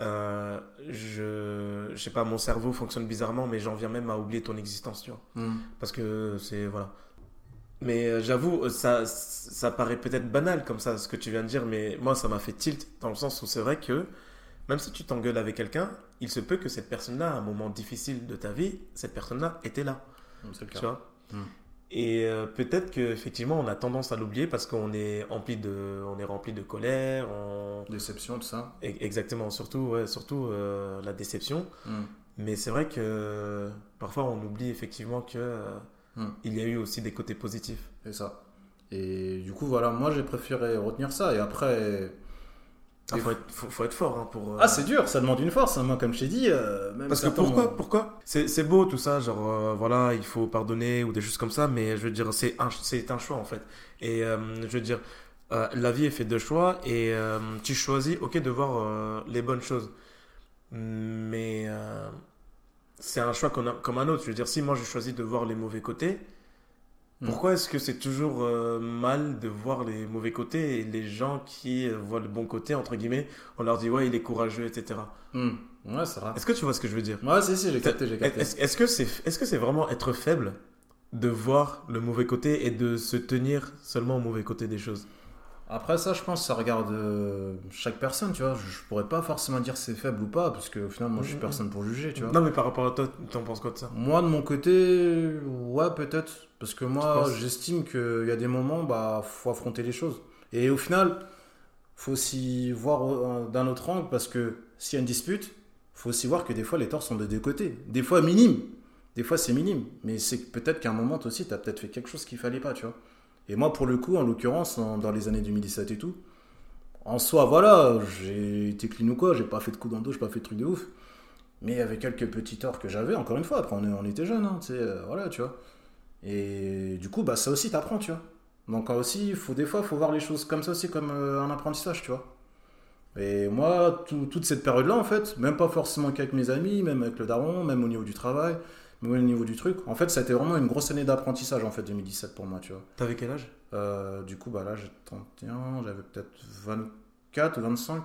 je sais pas, mon cerveau fonctionne bizarrement, mais j'en viens même à oublier ton existence, tu vois. Parce que c'est, voilà. Mais j'avoue, ça paraît peut-être banal comme ça, ce que tu viens de dire, mais moi, ça m'a fait tilt, dans le sens où c'est vrai que même si tu t'engueules avec quelqu'un, il se peut que cette personne-là, à un moment difficile de ta vie, cette personne-là était là, C'est le tu cas. vois. Mm. Et peut-être qu'effectivement, on a tendance à l'oublier parce qu'on est rempli de colère, Déception, tout ça. exactement, surtout, ouais, surtout la déception. Mm. Mais c'est vrai que parfois, on oublie effectivement que il y a eu aussi des côtés positifs. C'est ça. Et du coup, voilà, moi j'ai préféré retenir ça. Et après. Faut être fort hein, pour. Ah, c'est dur, ça demande une force. Hein. Moi, comme je t'ai dit. Même Parce que certains- pourquoi c'est beau tout ça, genre voilà, il faut pardonner ou des choses comme ça, mais je veux dire, c'est un choix en fait. Et je veux dire, la vie est faite de choix et tu choisis, ok, de voir les bonnes choses. Mais c'est un choix comme un autre. Je veux dire, si moi je choisis de voir les mauvais côtés, pourquoi est-ce que c'est toujours mal de voir les mauvais côtés et les gens qui voient le bon côté, entre guillemets, on leur dit ouais, il est courageux, etc. Ouais, c'est vrai. Est-ce que tu vois ce que je veux dire? Ouais, si, j'ai capté. Est-ce que c'est vraiment être faible de voir le mauvais côté et de se tenir seulement au mauvais côté des choses? Après ça, je pense que ça regarde chaque personne, tu vois. Je pourrais pas forcément dire c'est faible ou pas, parce qu'au final, moi, je suis personne pour juger, tu vois. Non, mais par rapport à toi, t'en penses quoi de ça? Moi, de mon côté, ouais, peut-être. Parce que moi, penses j'estime qu'il y a des moments, bah, faut affronter les choses. Et au final, faut aussi voir d'un autre angle, parce que s'il y a une dispute, faut aussi voir que des fois, les torts sont de deux côtés. Des fois, minimes. Des fois, c'est minime. Mais c'est que peut-être qu'à un moment, toi aussi, t'as peut-être fait quelque chose qu'il fallait pas, tu vois. Et moi, pour le coup, en l'occurrence, dans les années 2017 et tout, en soi, voilà, j'ai été clean ou quoi, j'ai pas fait de coup dans le dos, j'ai pas fait de truc de ouf. Mais il y avait quelques petits torts que j'avais, encore une fois, après on était jeunes, hein, tu sais, voilà, tu vois. Et du coup, bah ça aussi t'apprends, tu vois. Donc aussi, des fois, faut voir les choses comme ça aussi, comme un apprentissage, tu vois. Et moi, toute cette période-là, en fait, même pas forcément qu'avec mes amis, même avec le daron, même au niveau du travail, même au niveau du truc, en fait, ça a été vraiment une grosse année d'apprentissage, en fait, 2017 pour moi, tu vois. T'avais quel âge? Du coup, bah là, j'ai 31, j'avais peut-être 24 ou 25.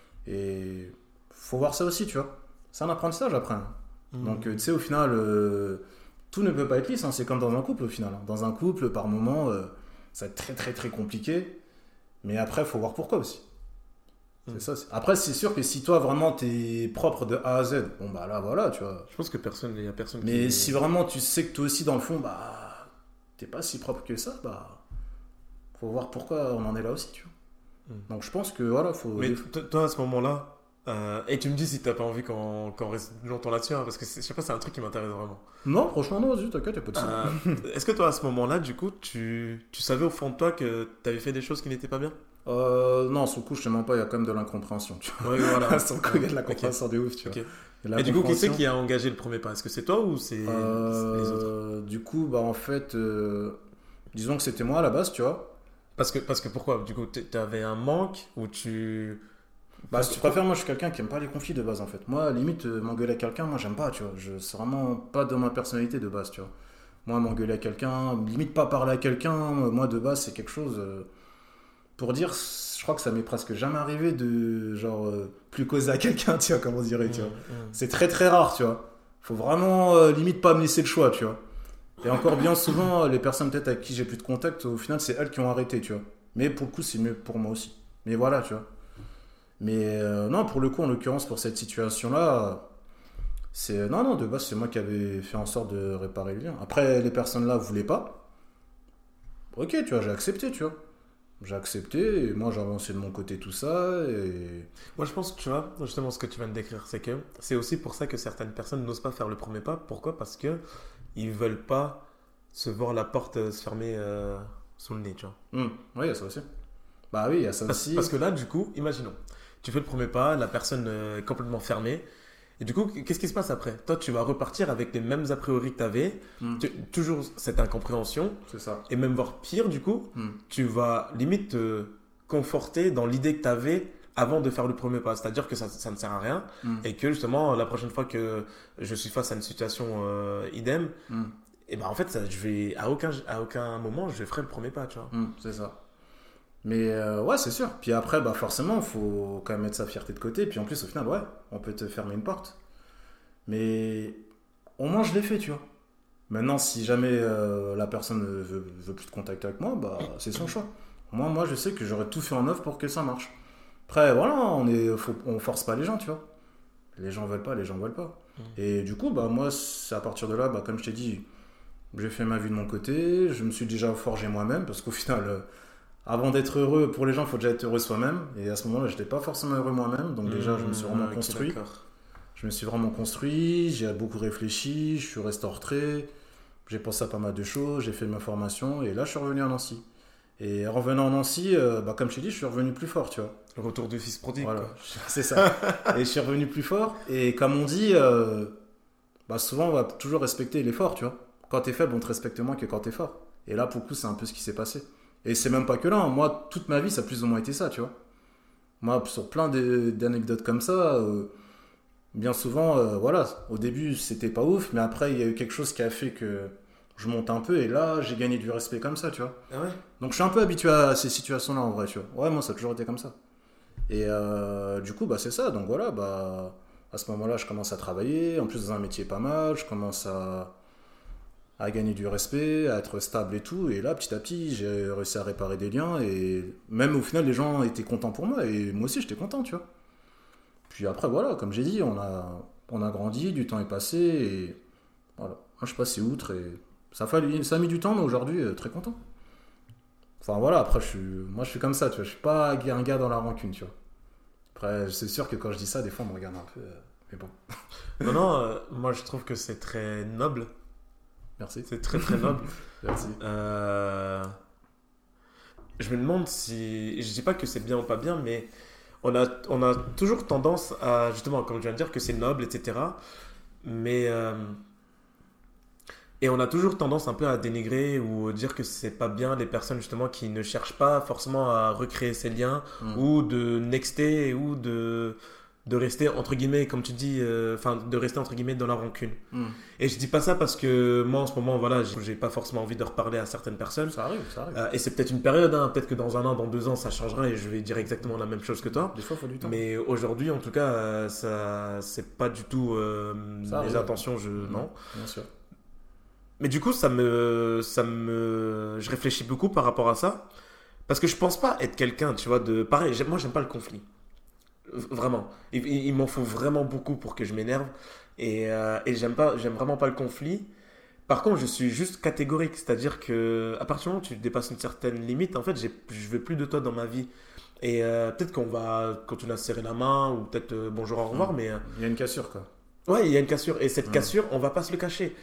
Et faut voir ça aussi, tu vois. C'est un apprentissage après. Hein. Donc, tu sais, au final, tout ne peut pas être lisse. Hein. C'est comme dans un couple, au final. Hein. Dans un couple, par moment, ça va être très, très, très compliqué. Mais après, faut voir pourquoi aussi. C'est ça. Après, c'est sûr que si toi, vraiment, t'es propre de A à Z, bon, bah là, voilà, tu vois. Je pense que il y a personne Mais qui... si vraiment tu sais que toi aussi, dans le fond, bah, t'es pas si propre que ça, bah, faut voir pourquoi on en est là aussi, tu vois. Donc, je pense que, voilà, faut... Mais toi, à ce moment-là, et tu me dis si t'as pas envie qu'on reste longtemps là-dessus, hein, parce que je sais pas, c'est un truc qui m'intéresse vraiment. Non, franchement, non, vas-y, t'inquiète, y'a pas de ça. Est-ce que toi, à ce moment-là, du coup, tu savais au fond de toi que t'avais fait des choses qui n'étaient pas bien? Non, sur le coup, je te mens pas, il y a quand même de l'incompréhension, tu vois. Ouais, voilà. Sur le coup, il y a de la compréhension de ouf, tu vois. Ok. Il y a de la Et du coup, qui c'est compréhension. qui a engagé le premier pas? Est-ce que c'est toi ou c'est les autres? Du coup, bah, en fait, disons que c'était moi à la base, tu vois. Parce que pourquoi? Du coup, t'avais un manque ou tu... Bah, si tu préfères, moi, je suis quelqu'un qui aime pas les conflits de base, en fait. Moi, limite, m'engueuler à quelqu'un, moi, j'aime pas, tu vois. C'est vraiment pas dans ma personnalité de base, tu vois. Moi, m'engueuler à quelqu'un, limite pas parler à quelqu'un, moi, de base, c'est quelque chose... pour dire, je crois que ça m'est presque jamais arrivé de, genre, plus causer à quelqu'un, tu vois, comme on dirait, tu vois. C'est très, très rare, tu vois. Faut vraiment, limite, pas me laisser le choix, tu vois. Et encore bien souvent, les personnes peut-être avec qui j'ai plus de contact, au final, c'est elles qui ont arrêté, tu vois. Mais pour le coup, c'est mieux pour moi aussi. Mais voilà, tu vois. Mais non, pour le coup, en l'occurrence, pour cette situation-là, c'est... Non, de base, c'est moi qui avais fait en sorte de réparer le lien. Après, les personnes-là voulaient pas. Ok, tu vois, j'ai accepté, tu vois. J'ai accepté, et moi, j'ai avancé de mon côté tout ça, et... Moi, je pense que tu vois, justement, ce que tu viens de décrire, c'est que c'est aussi pour ça que certaines personnes n'osent pas faire le premier pas. Pourquoi? Parce que ils veulent pas se voir la porte se fermer sous le nez, tu vois. Oui, il y a ça aussi. Bah oui, il y a ça aussi. Parce que là, du coup, imaginons, tu fais le premier pas, la personne est complètement fermée. Et du coup, qu'est-ce qui se passe après? Toi, tu vas repartir avec les mêmes a priori que tu avais, toujours cette incompréhension, C'est ça. et même voire pire, du coup, tu vas limite te conforter dans l'idée que tu avais avant de faire le premier pas. C'est-à-dire que ça ne sert à rien et que justement, la prochaine fois que je suis face à une situation idem, et ben en fait, je vais, à aucun moment, je ferai le premier pas, tu vois. C'est ça. Mais ouais, c'est sûr. Puis après, bah forcément, faut quand même mettre sa fierté de côté. Puis en plus, au final, ouais, on peut te fermer une porte. Mais au moins, je l'ai fait, tu vois. Maintenant, si jamais la personne ne veut plus de contact avec moi, bah c'est son choix. Moi, je sais que j'aurais tout fait en œuvre pour que ça marche. Après, voilà, on force pas les gens, tu vois. Les gens veulent pas, les gens veulent pas. Et du coup, bah moi, c'est à partir de là, bah comme je t'ai dit, j'ai fait ma vie de mon côté. Je me suis déjà forgé moi-même parce qu'au final, avant d'être heureux pour les gens, il faut déjà être heureux soi-même. Et à ce moment-là, j'étais pas forcément heureux moi-même. Donc déjà, je me suis vraiment construit. D'accord. Je me suis vraiment construit, j'ai beaucoup réfléchi, je suis resté en retrait, j'ai pensé à pas mal de choses, j'ai fait ma formation et là je suis revenu à Nancy. Et en revenant à Nancy, bah, comme je t'ai dit, je suis revenu plus fort, tu vois. Le retour du fils prodigue. Voilà, Quoi. c'est ça. Et je suis revenu plus fort et comme on dit, bah, souvent on va toujours respecter l'effort, tu vois. Quand t'es faible, on te respecte moins que quand t'es fort. Et là, pour le coup, c'est un peu ce qui s'est passé. Et c'est même pas que là, hein. Moi, toute ma vie, ça a plus ou moins été ça, tu vois. Moi, sur plein d'anecdotes comme ça... bien souvent, voilà, au début c'était pas ouf, mais après il y a eu quelque chose qui a fait que je monte un peu et là j'ai gagné du respect comme ça, tu vois. Ah ouais. Donc je suis un peu habitué à ces situations-là en vrai, tu vois. Ouais, moi ça a toujours été comme ça. Et du coup, bah c'est ça, donc voilà, bah à ce moment-là je commence à travailler, en plus dans un métier pas mal, je commence à gagner du respect, à être stable et tout, et là petit à petit j'ai réussi à réparer des liens et même au final les gens étaient contents pour moi et moi aussi j'étais content, tu vois. Puis après, voilà, comme j'ai dit, on a grandi, du temps est passé, et voilà. Moi, je suis passé outre, et ça a mis du temps, mais aujourd'hui, très content. Enfin, voilà, après, moi, je suis comme ça, tu vois, je suis pas un gars dans la rancune, tu vois. Après, c'est sûr que quand je dis ça, des fois, on me regarde un peu, mais bon. Non, moi, je trouve que c'est très noble. Merci. C'est très, très noble. Merci. Je me demande si... Je dis pas que c'est bien ou pas bien, mais... On a toujours tendance à, justement, comme je viens de dire, que c'est noble, etc. Mais... et on a toujours tendance un peu à dénigrer ou dire que c'est pas bien les personnes, justement, qui ne cherchent pas forcément à recréer ces liens ou de nexter ou de rester, entre guillemets, comme tu dis, enfin, de rester, entre guillemets, dans la rancune. Et je dis pas ça parce que moi, en ce moment, voilà, j'ai pas forcément envie de reparler à certaines personnes. Ça arrive, ça arrive. Et c'est peut-être une période, hein, peut-être que dans 1 an, dans 2 ans, ça changera et je vais dire exactement la même chose que toi. Des fois, il faut du temps. Mais aujourd'hui, en tout cas, ça, c'est pas du tout mes intentions, non. Bien sûr. Mais du coup, je réfléchis beaucoup par rapport à ça. Parce que je pense pas être quelqu'un, tu vois, de... Pareil, moi, j'aime pas le conflit. Vraiment. Il m'en faut vraiment beaucoup pour que je m'énerve. Et j'aime vraiment pas le conflit. Par contre, je suis juste catégorique. C'est-à-dire que à partir du moment où tu dépasses une certaine limite, en fait, je veux plus de toi dans ma vie. Et peut-être qu'on va continuer à se serrer la main, ou peut-être bonjour, au revoir, mais... Il y a une cassure, quoi. Ouais, il y a une cassure. Et cette cassure, on va pas se le cacher.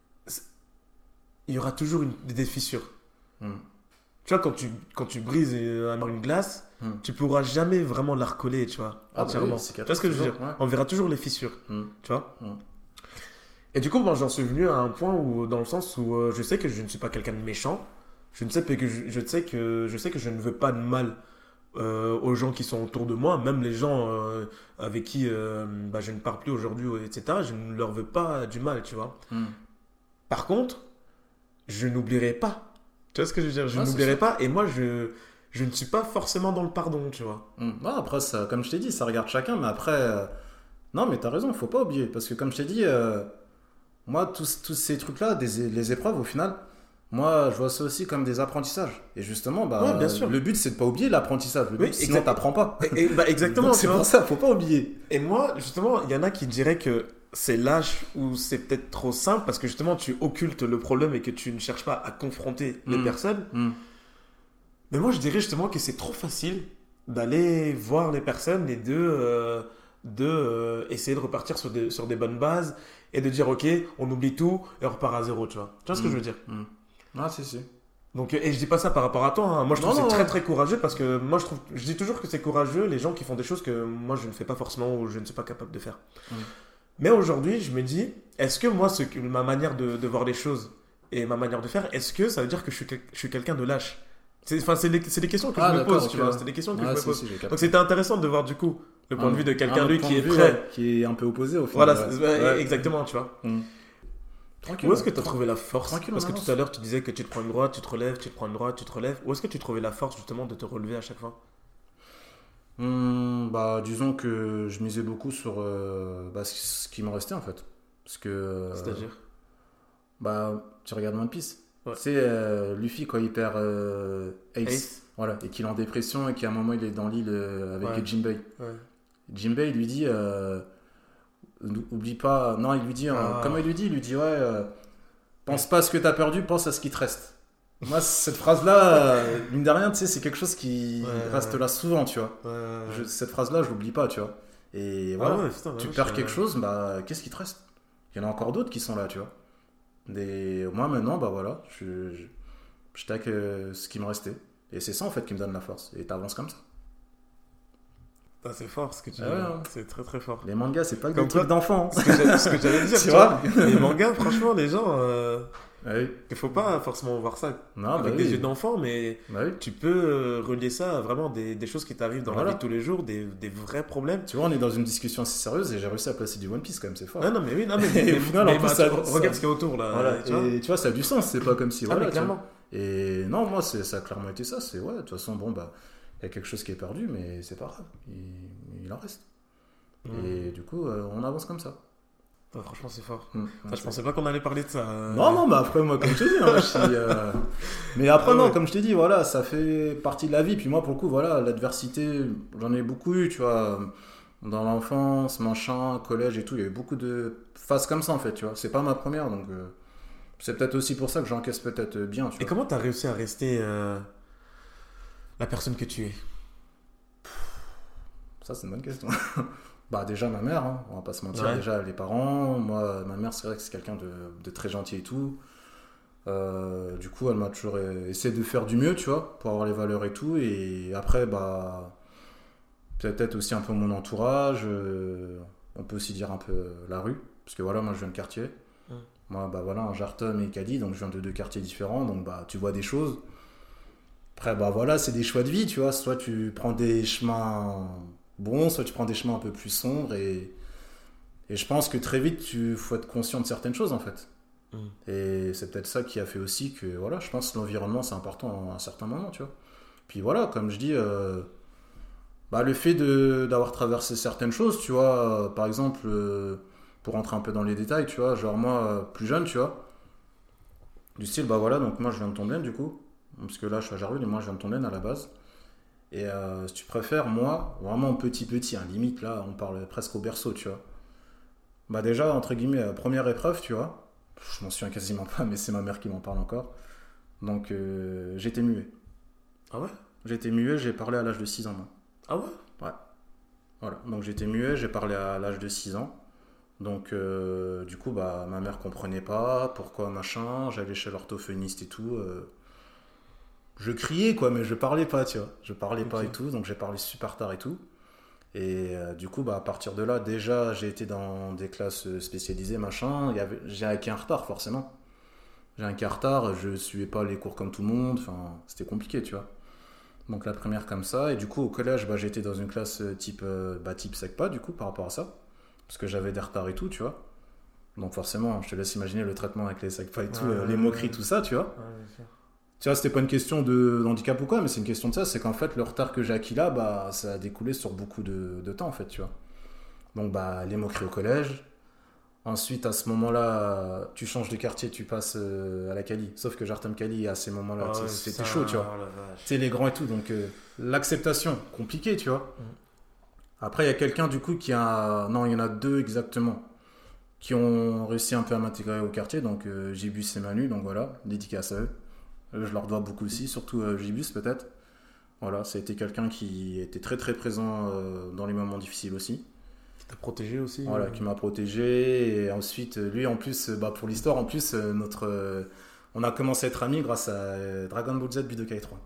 Il y aura toujours des fissures. Tu vois, quand tu brises une glace, tu pourras jamais vraiment la recoller, tu vois, entièrement. Oui, tu vois ce que je veux dire? Ouais. On verra toujours les fissures, tu vois. Et du coup, moi, j'en suis venu à un point où, dans le sens où je sais que je ne suis pas quelqu'un de méchant. Je sais que je ne veux pas de mal aux gens qui sont autour de moi, même les gens avec qui je ne parle plus aujourd'hui, etc. Je ne leur veux pas du mal, tu vois. Par contre, je n'oublierai pas. Tu vois ce que je veux dire? Je n'oublierai pas. Et moi, je ne suis pas forcément dans le pardon, tu vois. Après, ça, comme je t'ai dit, ça regarde chacun. Mais après, non, mais t'as raison, faut pas oublier. Parce que comme je t'ai dit, moi, tous ces trucs-là, les épreuves, au final, moi, je vois ça aussi comme des apprentissages. Et justement, Ouais, bien sûr. le but, c'est de pas oublier l'apprentissage. Le but, sinon, t'apprends pas. Exactement. Donc, c'est pour ça, faut pas oublier. Et moi, justement, il y en a qui diraient que c'est lâche ou c'est peut-être trop simple parce que justement, tu occultes le problème et que tu ne cherches pas à confronter les personnes. Mais moi, je dirais justement que c'est trop facile d'aller voir les personnes et de essayer de repartir sur des bonnes bases et de dire, ok, on oublie tout et on repart à zéro, tu vois. Tu vois ce que je veux dire? Ah, si. Donc, et je dis pas ça par rapport à toi, hein. Moi, je trouve que c'est très très courageux parce que moi, je dis toujours que c'est courageux les gens qui font des choses que moi, je ne fais pas forcément ou je ne suis pas capable de faire. Mais aujourd'hui, je me dis, est-ce que moi, ma manière de voir les choses et ma manière de faire, est-ce que ça veut dire que je suis quelqu'un de lâche? C'est des questions que je me pose, tu vois. C'est des questions que je me pose. Donc c'était intéressant de voir du coup le point de vue de quelqu'un, lui, qui est prêt. Qui est un peu opposé au final. Voilà, exactement, tu vois. Tranquille. Où est-ce que tu as trouvé la force? Parce que tout à l'heure, tu disais que tu te prends une droite, tu te relèves, tu te prends une droite, tu te relèves. Où est-ce que tu trouvais la force justement de te relever à chaque fois? Disons que je misais beaucoup sur ce qui me restait en fait. Parce que. C'est-à-dire? Tu regardes One Piece. Ouais. Tu sais, Luffy, quand il perd Ace, voilà, et qu'il est en dépression et qu'à un moment il est dans l'île avec Jinbei. Ouais. Jinbei, il lui dit oublie pas. Non, il lui dit comment il lui dit? Il lui dit pense pas à ce que t'as perdu, pense à ce qui te reste. Moi, cette phrase-là, mine de rien, tu sais, c'est quelque chose qui reste là souvent, tu vois. Cette phrase-là, je l'oublie pas, tu vois. Et voilà, tu perds quelque chose, qu'est-ce qui te reste? Il y en a encore d'autres qui sont là, tu vois. Moi, maintenant, voilà, je tac ce qui me restait. Et c'est ça, en fait, qui me donne la force. Et t'avances comme ça. C'est fort ce que tu dis. C'est très très fort. Les mangas, c'est pas des trucs d'enfants. Ce que j'allais dire, tu vois. Les mangas, franchement, les gens. Il faut pas forcément voir ça avec des yeux d'enfant, mais tu peux relier ça à vraiment des choses qui t'arrivent dans la vie de tous les jours, des vrais problèmes. Tu vois, on est dans une discussion assez sérieuse et j'ai réussi à placer du One Piece quand même, c'est fort. Non, mais oui, mais au final, en plus, regarde ce qu'il y a autour là. Voilà. Et tu vois, ça a du sens, c'est pas comme si. Voilà, clairement. Et non, moi, ça a clairement été ça. C'est de toute façon, il y a quelque chose qui est perdu, mais c'est pas grave, il en reste. Et du coup, on avance comme ça. Franchement, c'est fort. Je pensais pas qu'on allait parler de ça. Non, après, moi, comme je te dis, mais après, non, comme je t'ai dit, voilà, ça fait partie de la vie. Puis moi, pour le coup, voilà, l'adversité, j'en ai beaucoup eu, tu vois, dans l'enfance, machin, collège et tout. Il y a eu beaucoup de phases comme ça, en fait, tu vois. C'est pas ma première, donc c'est peut-être aussi pour ça que j'encaisse peut-être bien, tu vois. Et comment t'as réussi à rester la personne que tu es? Ça, c'est une bonne question. Déjà ma mère, on va pas se mentir, déjà les parents, moi ma mère c'est vrai que c'est quelqu'un de très gentil et tout, du coup elle m'a toujours essayé de faire du mieux, tu vois, pour avoir les valeurs et tout, et après peut-être aussi un peu mon entourage, on peut aussi dire un peu la rue, parce que voilà, moi je viens de quartier, moi voilà, en Jartum et Cady, donc je viens de 2 quartiers différents, donc tu vois des choses, après voilà, c'est des choix de vie, tu vois, soit tu prends des chemins soit tu prends des chemins un peu plus sombres et je pense que très vite il faut être conscient de certaines choses en fait. Et c'est peut-être ça qui a fait aussi que voilà, je pense que l'environnement c'est important à un certain moment, tu vois. Puis voilà, comme je dis, le fait d'avoir traversé certaines choses, tu vois, par exemple, pour rentrer un peu dans les détails, tu vois, genre moi plus jeune, tu vois, du style voilà, donc moi je viens de Tondenne du coup, parce que là je suis à Jarville et moi je viens de Tondenne à la base. Et si tu préfères, moi, vraiment petit, limite là, on parle presque au berceau, tu vois. Déjà, entre guillemets, première épreuve, tu vois, je m'en souviens quasiment pas, mais c'est ma mère qui m'en parle encore. Donc, j'étais muet. Ah ouais? J'étais muet, j'ai parlé à l'âge de 6 ans, moi. Ah ouais? Ouais. Voilà, donc j'étais muet, j'ai parlé à l'âge de 6 ans. Donc, du coup, ma mère comprenait pas, pourquoi, machin, j'allais chez l'orthophoniste et tout. Je criais quoi, mais je parlais pas, tu vois. Je parlais pas et tout, donc j'ai parlé super tard et tout. Et du coup, à partir de là, déjà, j'ai été dans des classes spécialisées, machin. J'ai acquis un retard, forcément. J'ai acquis un retard, je suivais pas les cours comme tout le monde, enfin, c'était compliqué, tu vois. Donc la première comme ça, et du coup, au collège, j'ai été dans une classe type SECPA, du coup, par rapport à ça. Parce que j'avais des retards et tout, tu vois. Donc forcément, je te laisse imaginer le traitement avec les SECPA et tout, les moqueries, tout ça, tu vois. Tu vois, c'était pas une question d'handicap ou quoi, mais c'est une question de ça, c'est qu'en fait, le retard que j'ai acquis là, ça a découlé sur beaucoup de temps, en fait, tu vois. Donc, les moqueries au collège. Ensuite, à ce moment-là, tu changes de quartier, tu passes à la Cali. Sauf que Jartum Cali, à ces moments-là, c'était chaud, tu vois. Tu sais, les grands et tout, donc l'acceptation, compliqué, tu vois. Après, il y a quelqu'un, du coup, Non, il y en a 2 exactement, qui ont réussi un peu à m'intégrer au quartier, donc Gibus et Manu, donc voilà, dédicace à eux. Je leur dois beaucoup aussi, surtout Gibus peut-être. Voilà, ça a été quelqu'un qui était très très présent dans les moments difficiles aussi. Qui t'a protégé aussi. Voilà, qui m'a protégé. Et ensuite, lui en plus, pour l'histoire, en plus, on a commencé à être amis grâce à Dragon Ball Z Budokai 3.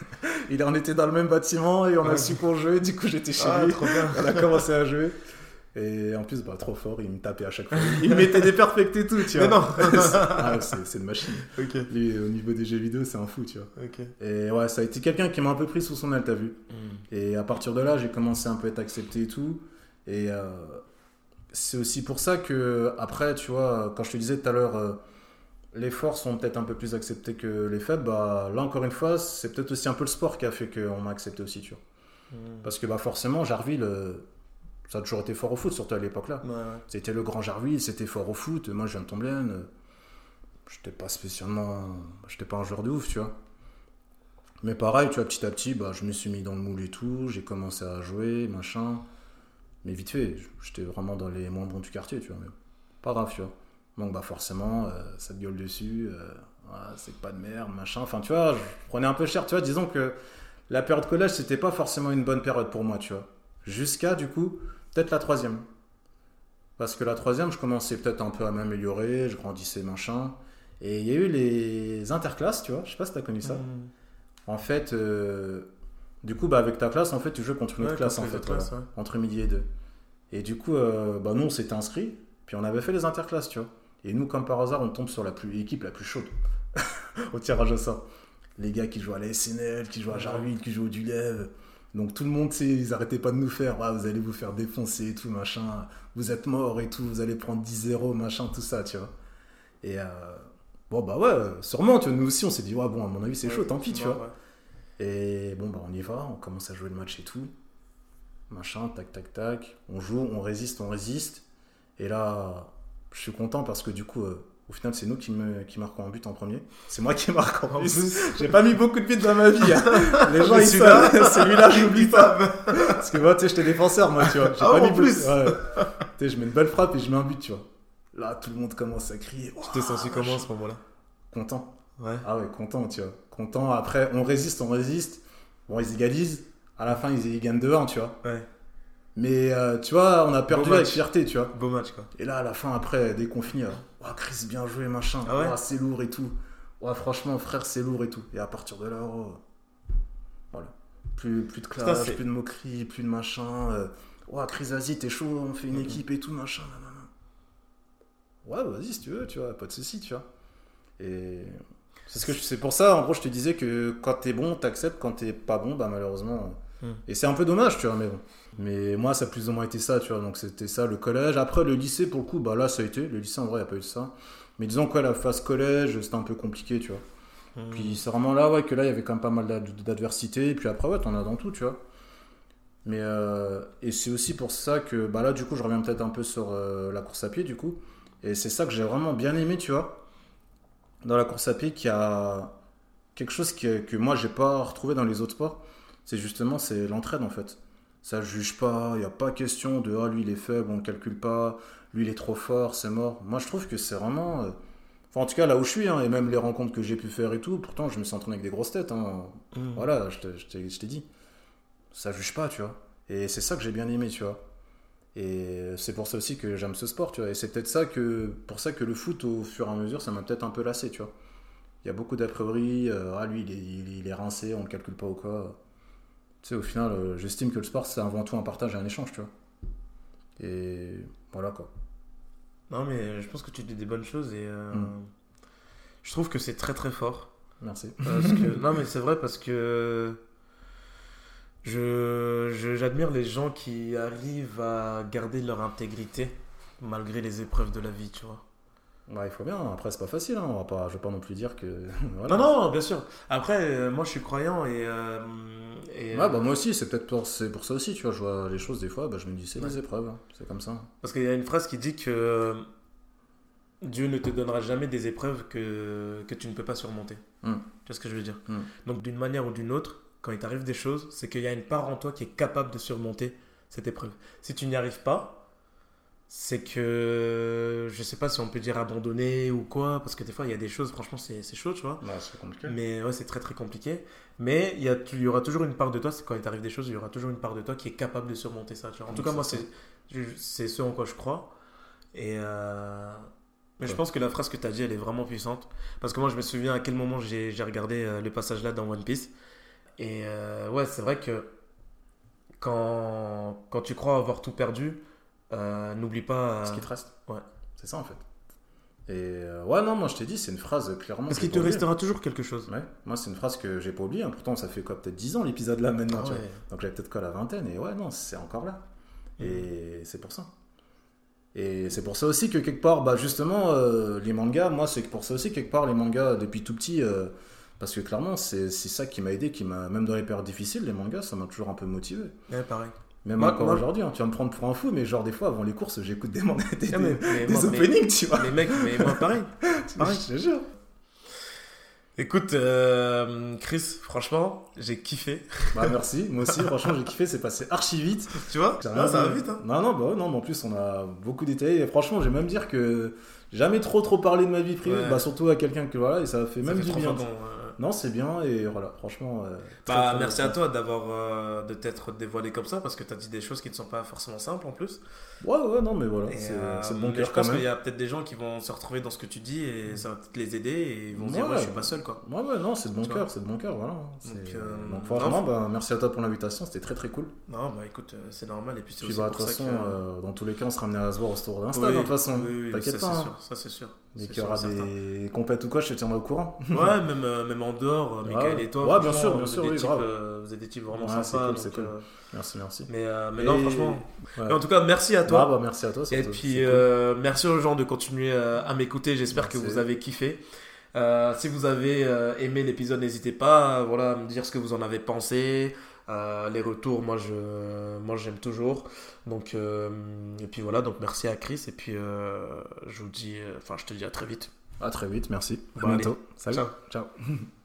On était dans le même bâtiment et on a su qu'on jouait, du coup j'étais chez lui. Trop bien. On a commencé à jouer. Et en plus, bah, trop fort, il me tapait à chaque fois. Il me mettait des perfects et tout, tu vois. Mais non. Ah, c'est une machine. Ok. Lui, au niveau des jeux vidéo, c'est un fou, tu vois. Ok. Et ouais, ça a été quelqu'un qui m'a un peu pris sous son aile, t'as vu. Mm. Et à partir de là, j'ai commencé un peu à être accepté et tout. Et c'est aussi pour ça que, après, tu vois, quand je te disais tout à l'heure, les forts sont peut-être un peu plus acceptés que les faibles, bah là, encore une fois, c'est peut-être aussi un peu le sport qui a fait qu'on m'a accepté aussi, tu vois. Parce que bah, forcément, Jarville, ça a toujours été fort au foot, surtout à l'époque-là. Ouais, ouais. C'était le grand Jarville, c'était fort au foot. Moi, je viens de Tomblaine. J'étais pas spécialement. J'étais pas un joueur de ouf, tu vois. Mais pareil, tu vois, petit à petit, bah, je me suis mis dans le moule et tout. J'ai commencé à jouer, machin. Mais vite fait, j'étais vraiment dans les moins bons du quartier, tu vois. Mais pas grave, tu vois. Donc, bah, forcément, ça te gueule dessus. C'est pas de merde, machin. Enfin, tu vois, je prenais un peu cher, tu vois. Disons que la période collège, c'était pas forcément une bonne période pour moi, tu vois. Jusqu'à, du coup, peut-être la troisième. Parce que la troisième, je commençais peut-être un peu à m'améliorer, je grandissais, machin. Et il y a eu les interclasses, tu vois. Je sais pas si t'as connu ça. En fait, du coup, bah, avec ta classe, en fait, tu joues contre une autre classe, en fait, classes, voilà, ouais. entre midi et deux. Et du coup, bah, nous, on s'était inscrits, puis on avait fait les interclasses, tu vois. Et nous, comme par hasard, on tombe sur l'équipe la plus chaude au tirage au sort. Les gars qui jouent à la SNL, qui jouent à Jarville, qui jouent au Dulev. Donc tout le monde, tu sais, ils arrêtaient pas de nous faire, ah, vous allez vous faire défoncer et tout, machin. Vous êtes morts et tout, vous allez prendre 10-0, machin, tout ça, tu vois. Et bon, bah ouais, sûrement, tu vois, nous aussi, on s'est dit, ouais, bon, à mon avis, c'est chaud, tant pis, tu vois. Ouais. Et bon, bah on y va, on commence à jouer le match et tout. Machin, tac, tac, tac. On joue, on résiste, on résiste. Et là, je suis content parce que du coup, au final, c'est nous qui marquons un but en premier. C'est moi qui marque en plus. J'ai pas mis beaucoup de buts dans ma vie. Hein. Les gens, ils savent. Celui-là, je n'oublie pas. Parce que moi, tu sais, j'étais défenseur, moi, tu vois. J'ai pas mis plus. Ouais. Tu sais, je mets une belle frappe et je mets un but, tu vois. Là, tout le monde commence à crier. Tu t'es senti comment à ce moment-là? Content. Ouais. Ah ouais, content, tu vois. Content. Après, on résiste, on résiste. Bon, ils égalisent. À la fin, ils gagnent 2-1, tu vois. Ouais. Mais tu vois, on a perdu avec fierté, tu vois. Beau match, quoi. Et là, à la fin, après, dès qu'on finit, oh, Chris, bien joué, machin. Ah ouais, c'est lourd et tout. Ouais, franchement, frère, c'est lourd et tout. Et à partir de là, voilà. Plus de clash, Putain, plus de moqueries, plus de machin. Ouais, Chris, vas-y, t'es chaud, on fait une équipe et tout, machin. Ouais, vas-y, si tu veux, tu vois, pas de soucis, tu vois. Et c'est pour ça, en gros, je te disais que quand t'es bon, t'acceptes. Quand t'es pas bon, bah malheureusement. Et c'est un peu dommage, tu vois, mais bon. Mais moi, ça a plus ou moins été ça, tu vois. Donc c'était ça, le collège. Après, le lycée, pour le coup, bah là, ça a été. Le lycée, en vrai, il n'y a pas eu de ça. Mais disons que la phase collège, c'était un peu compliqué, tu vois. Puis c'est vraiment là, ouais, que là, il y avait quand même pas mal d'adversité. Et puis après, ouais, t'en as dans tout, tu vois. Mais et c'est aussi pour ça que, bah là, du coup, je reviens peut-être un peu sur la course à pied, du coup. Et c'est ça que j'ai vraiment bien aimé, tu vois. Dans la course à pied, qu'il y a quelque chose que moi, j'ai pas retrouvé dans les autres sports. C'est l'entraide, en fait. Ça juge pas, il n'y a pas question de lui il est faible, on ne calcule pas, lui il est trop fort, c'est mort. Moi je trouve que c'est vraiment. Enfin, en tout cas là où je suis, hein, et même les rencontres que j'ai pu faire et tout, pourtant je me suis entraîné avec des grosses têtes. Hein. Voilà, je t'ai dit. Ça juge pas, tu vois. Et c'est ça que j'ai bien aimé, tu vois. Et c'est pour ça aussi que j'aime ce sport, tu vois. Et c'est peut-être pour ça que le foot, au fur et à mesure, ça m'a peut-être un peu lassé, tu vois. Il y a beaucoup d'a priori, lui il est rincé, on ne le calcule pas ou quoi. Tu sais, au final, j'estime que le sport, c'est avant tout un partage et un échange, tu vois. Et voilà, quoi. Non, mais je pense que tu dis des bonnes choses et je trouve que c'est très très fort. Merci. Non, mais c'est vrai parce que j'admire les gens qui arrivent à garder leur intégrité malgré les épreuves de la vie, tu vois. Ouais, il faut bien. Après, c'est pas facile. Hein. Je vais pas non plus dire que. Voilà. Non, bien sûr. Après, moi, je suis croyant et ouais, bah moi aussi. C'est pour ça aussi, tu vois. Je vois les choses des fois. Bah, je me dis, c'est des épreuves. Hein. C'est comme ça. Parce qu'il y a une phrase qui dit que Dieu ne te donnera jamais des épreuves que tu ne peux pas surmonter. Tu vois ce que je veux dire? Donc, d'une manière ou d'une autre, quand il t'arrive des choses, c'est qu'il y a une part en toi qui est capable de surmonter cette épreuve. Si tu n'y arrives pas, c'est que je sais pas si on peut dire abandonner ou quoi, parce que des fois il y a des choses, franchement c'est chaud, tu vois. Bah, c'est compliqué. Mais ouais, c'est très très compliqué. Mais il y aura toujours une part de toi, quand il t'arrive des choses, il y aura toujours une part de toi qui est capable de surmonter ça, tu vois. En tout cas, moi c'est ce en quoi je crois. Et mais je pense que la phrase que tu as dit, elle est vraiment puissante. Parce que moi je me souviens à quel moment j'ai regardé le passage là dans One Piece. Et ouais, c'est vrai que quand tu crois avoir tout perdu, n'oublie pas. Ce qui te reste. Ouais. C'est ça en fait. Et ouais, non, moi je t'ai dit, c'est une phrase clairement. Parce qu'il te restera toujours quelque chose. Ouais, moi c'est une phrase que j'ai pas oubliée. Pourtant, ça fait quoi, peut-être 10 ans l'épisode là maintenant. Ah tu ouais. vois. Donc j'avais peut-être quoi, la vingtaine. Et ouais, non, c'est encore là. Et c'est pour ça. Et c'est pour ça aussi que quelque part, bah justement, les mangas, moi c'est pour ça aussi quelque part, les mangas depuis tout petit. Parce que clairement, c'est ça qui m'a aidé, même dans les périodes difficiles, les mangas, ça m'a toujours un peu motivé. Ouais, pareil. Même encore aujourd'hui, hein, tu vas me prendre pour un fou, mais genre des fois avant les courses, j'écoute des mangas, des openings, tu vois. Les mecs, mais moi pareil. Pareil. Je te jure. Écoute, Chris, franchement, j'ai kiffé. Bah merci, moi aussi, franchement, j'ai kiffé, c'est passé archi vite. Tu vois, ça va vite. Hein. Non, mais en plus, on a beaucoup détaillé. Et franchement, j'ai même dire que j'ai jamais trop parlé de ma vie privée, bah surtout à quelqu'un que voilà, et ça fait même du bien. Non, c'est bien, et voilà, franchement. Très merci à toi d'avoir de t'être dévoilé comme ça, parce que tu as dit des choses qui ne sont pas forcément simples en plus. Ouais, non, mais voilà, c'est de bon cœur quand même. Je pense qu'il y a peut-être des gens qui vont se retrouver dans ce que tu dis, et ça va peut-être les aider, et ils vont dire, ouais, je suis pas seul, quoi. Ouais, non, c'est de bon cœur, voilà. Donc franchement, bah, merci à toi pour l'invitation, c'était très cool. Non, bah écoute, c'est normal, et puis c'est aussi pour ça que... De toute façon, dans tous les cas, on sera amené à se voir au store d'Insta, de toute façon. T'inquiète pas. Ça, c'est sûr. Dès qu'il y aura des compètes ou quoi, je te tiendrai au courant. Ouais, même en dehors, Michael et toi. Ouais, bien sûr, oui, grave. Vous êtes des types vraiment sympas. C'est cool. Merci. Mais non, franchement. Mais en tout cas, merci à toi. Merci à toi. Et puis, merci aux gens de continuer à m'écouter. J'espère que vous avez kiffé. Si vous avez aimé l'épisode, n'hésitez pas à me dire ce que vous en avez pensé. Les retours, moi j'aime toujours. Donc, et puis voilà, donc merci à Chris. Et puis, je te dis à très vite. À très vite, merci. À bientôt. Salut. Ciao.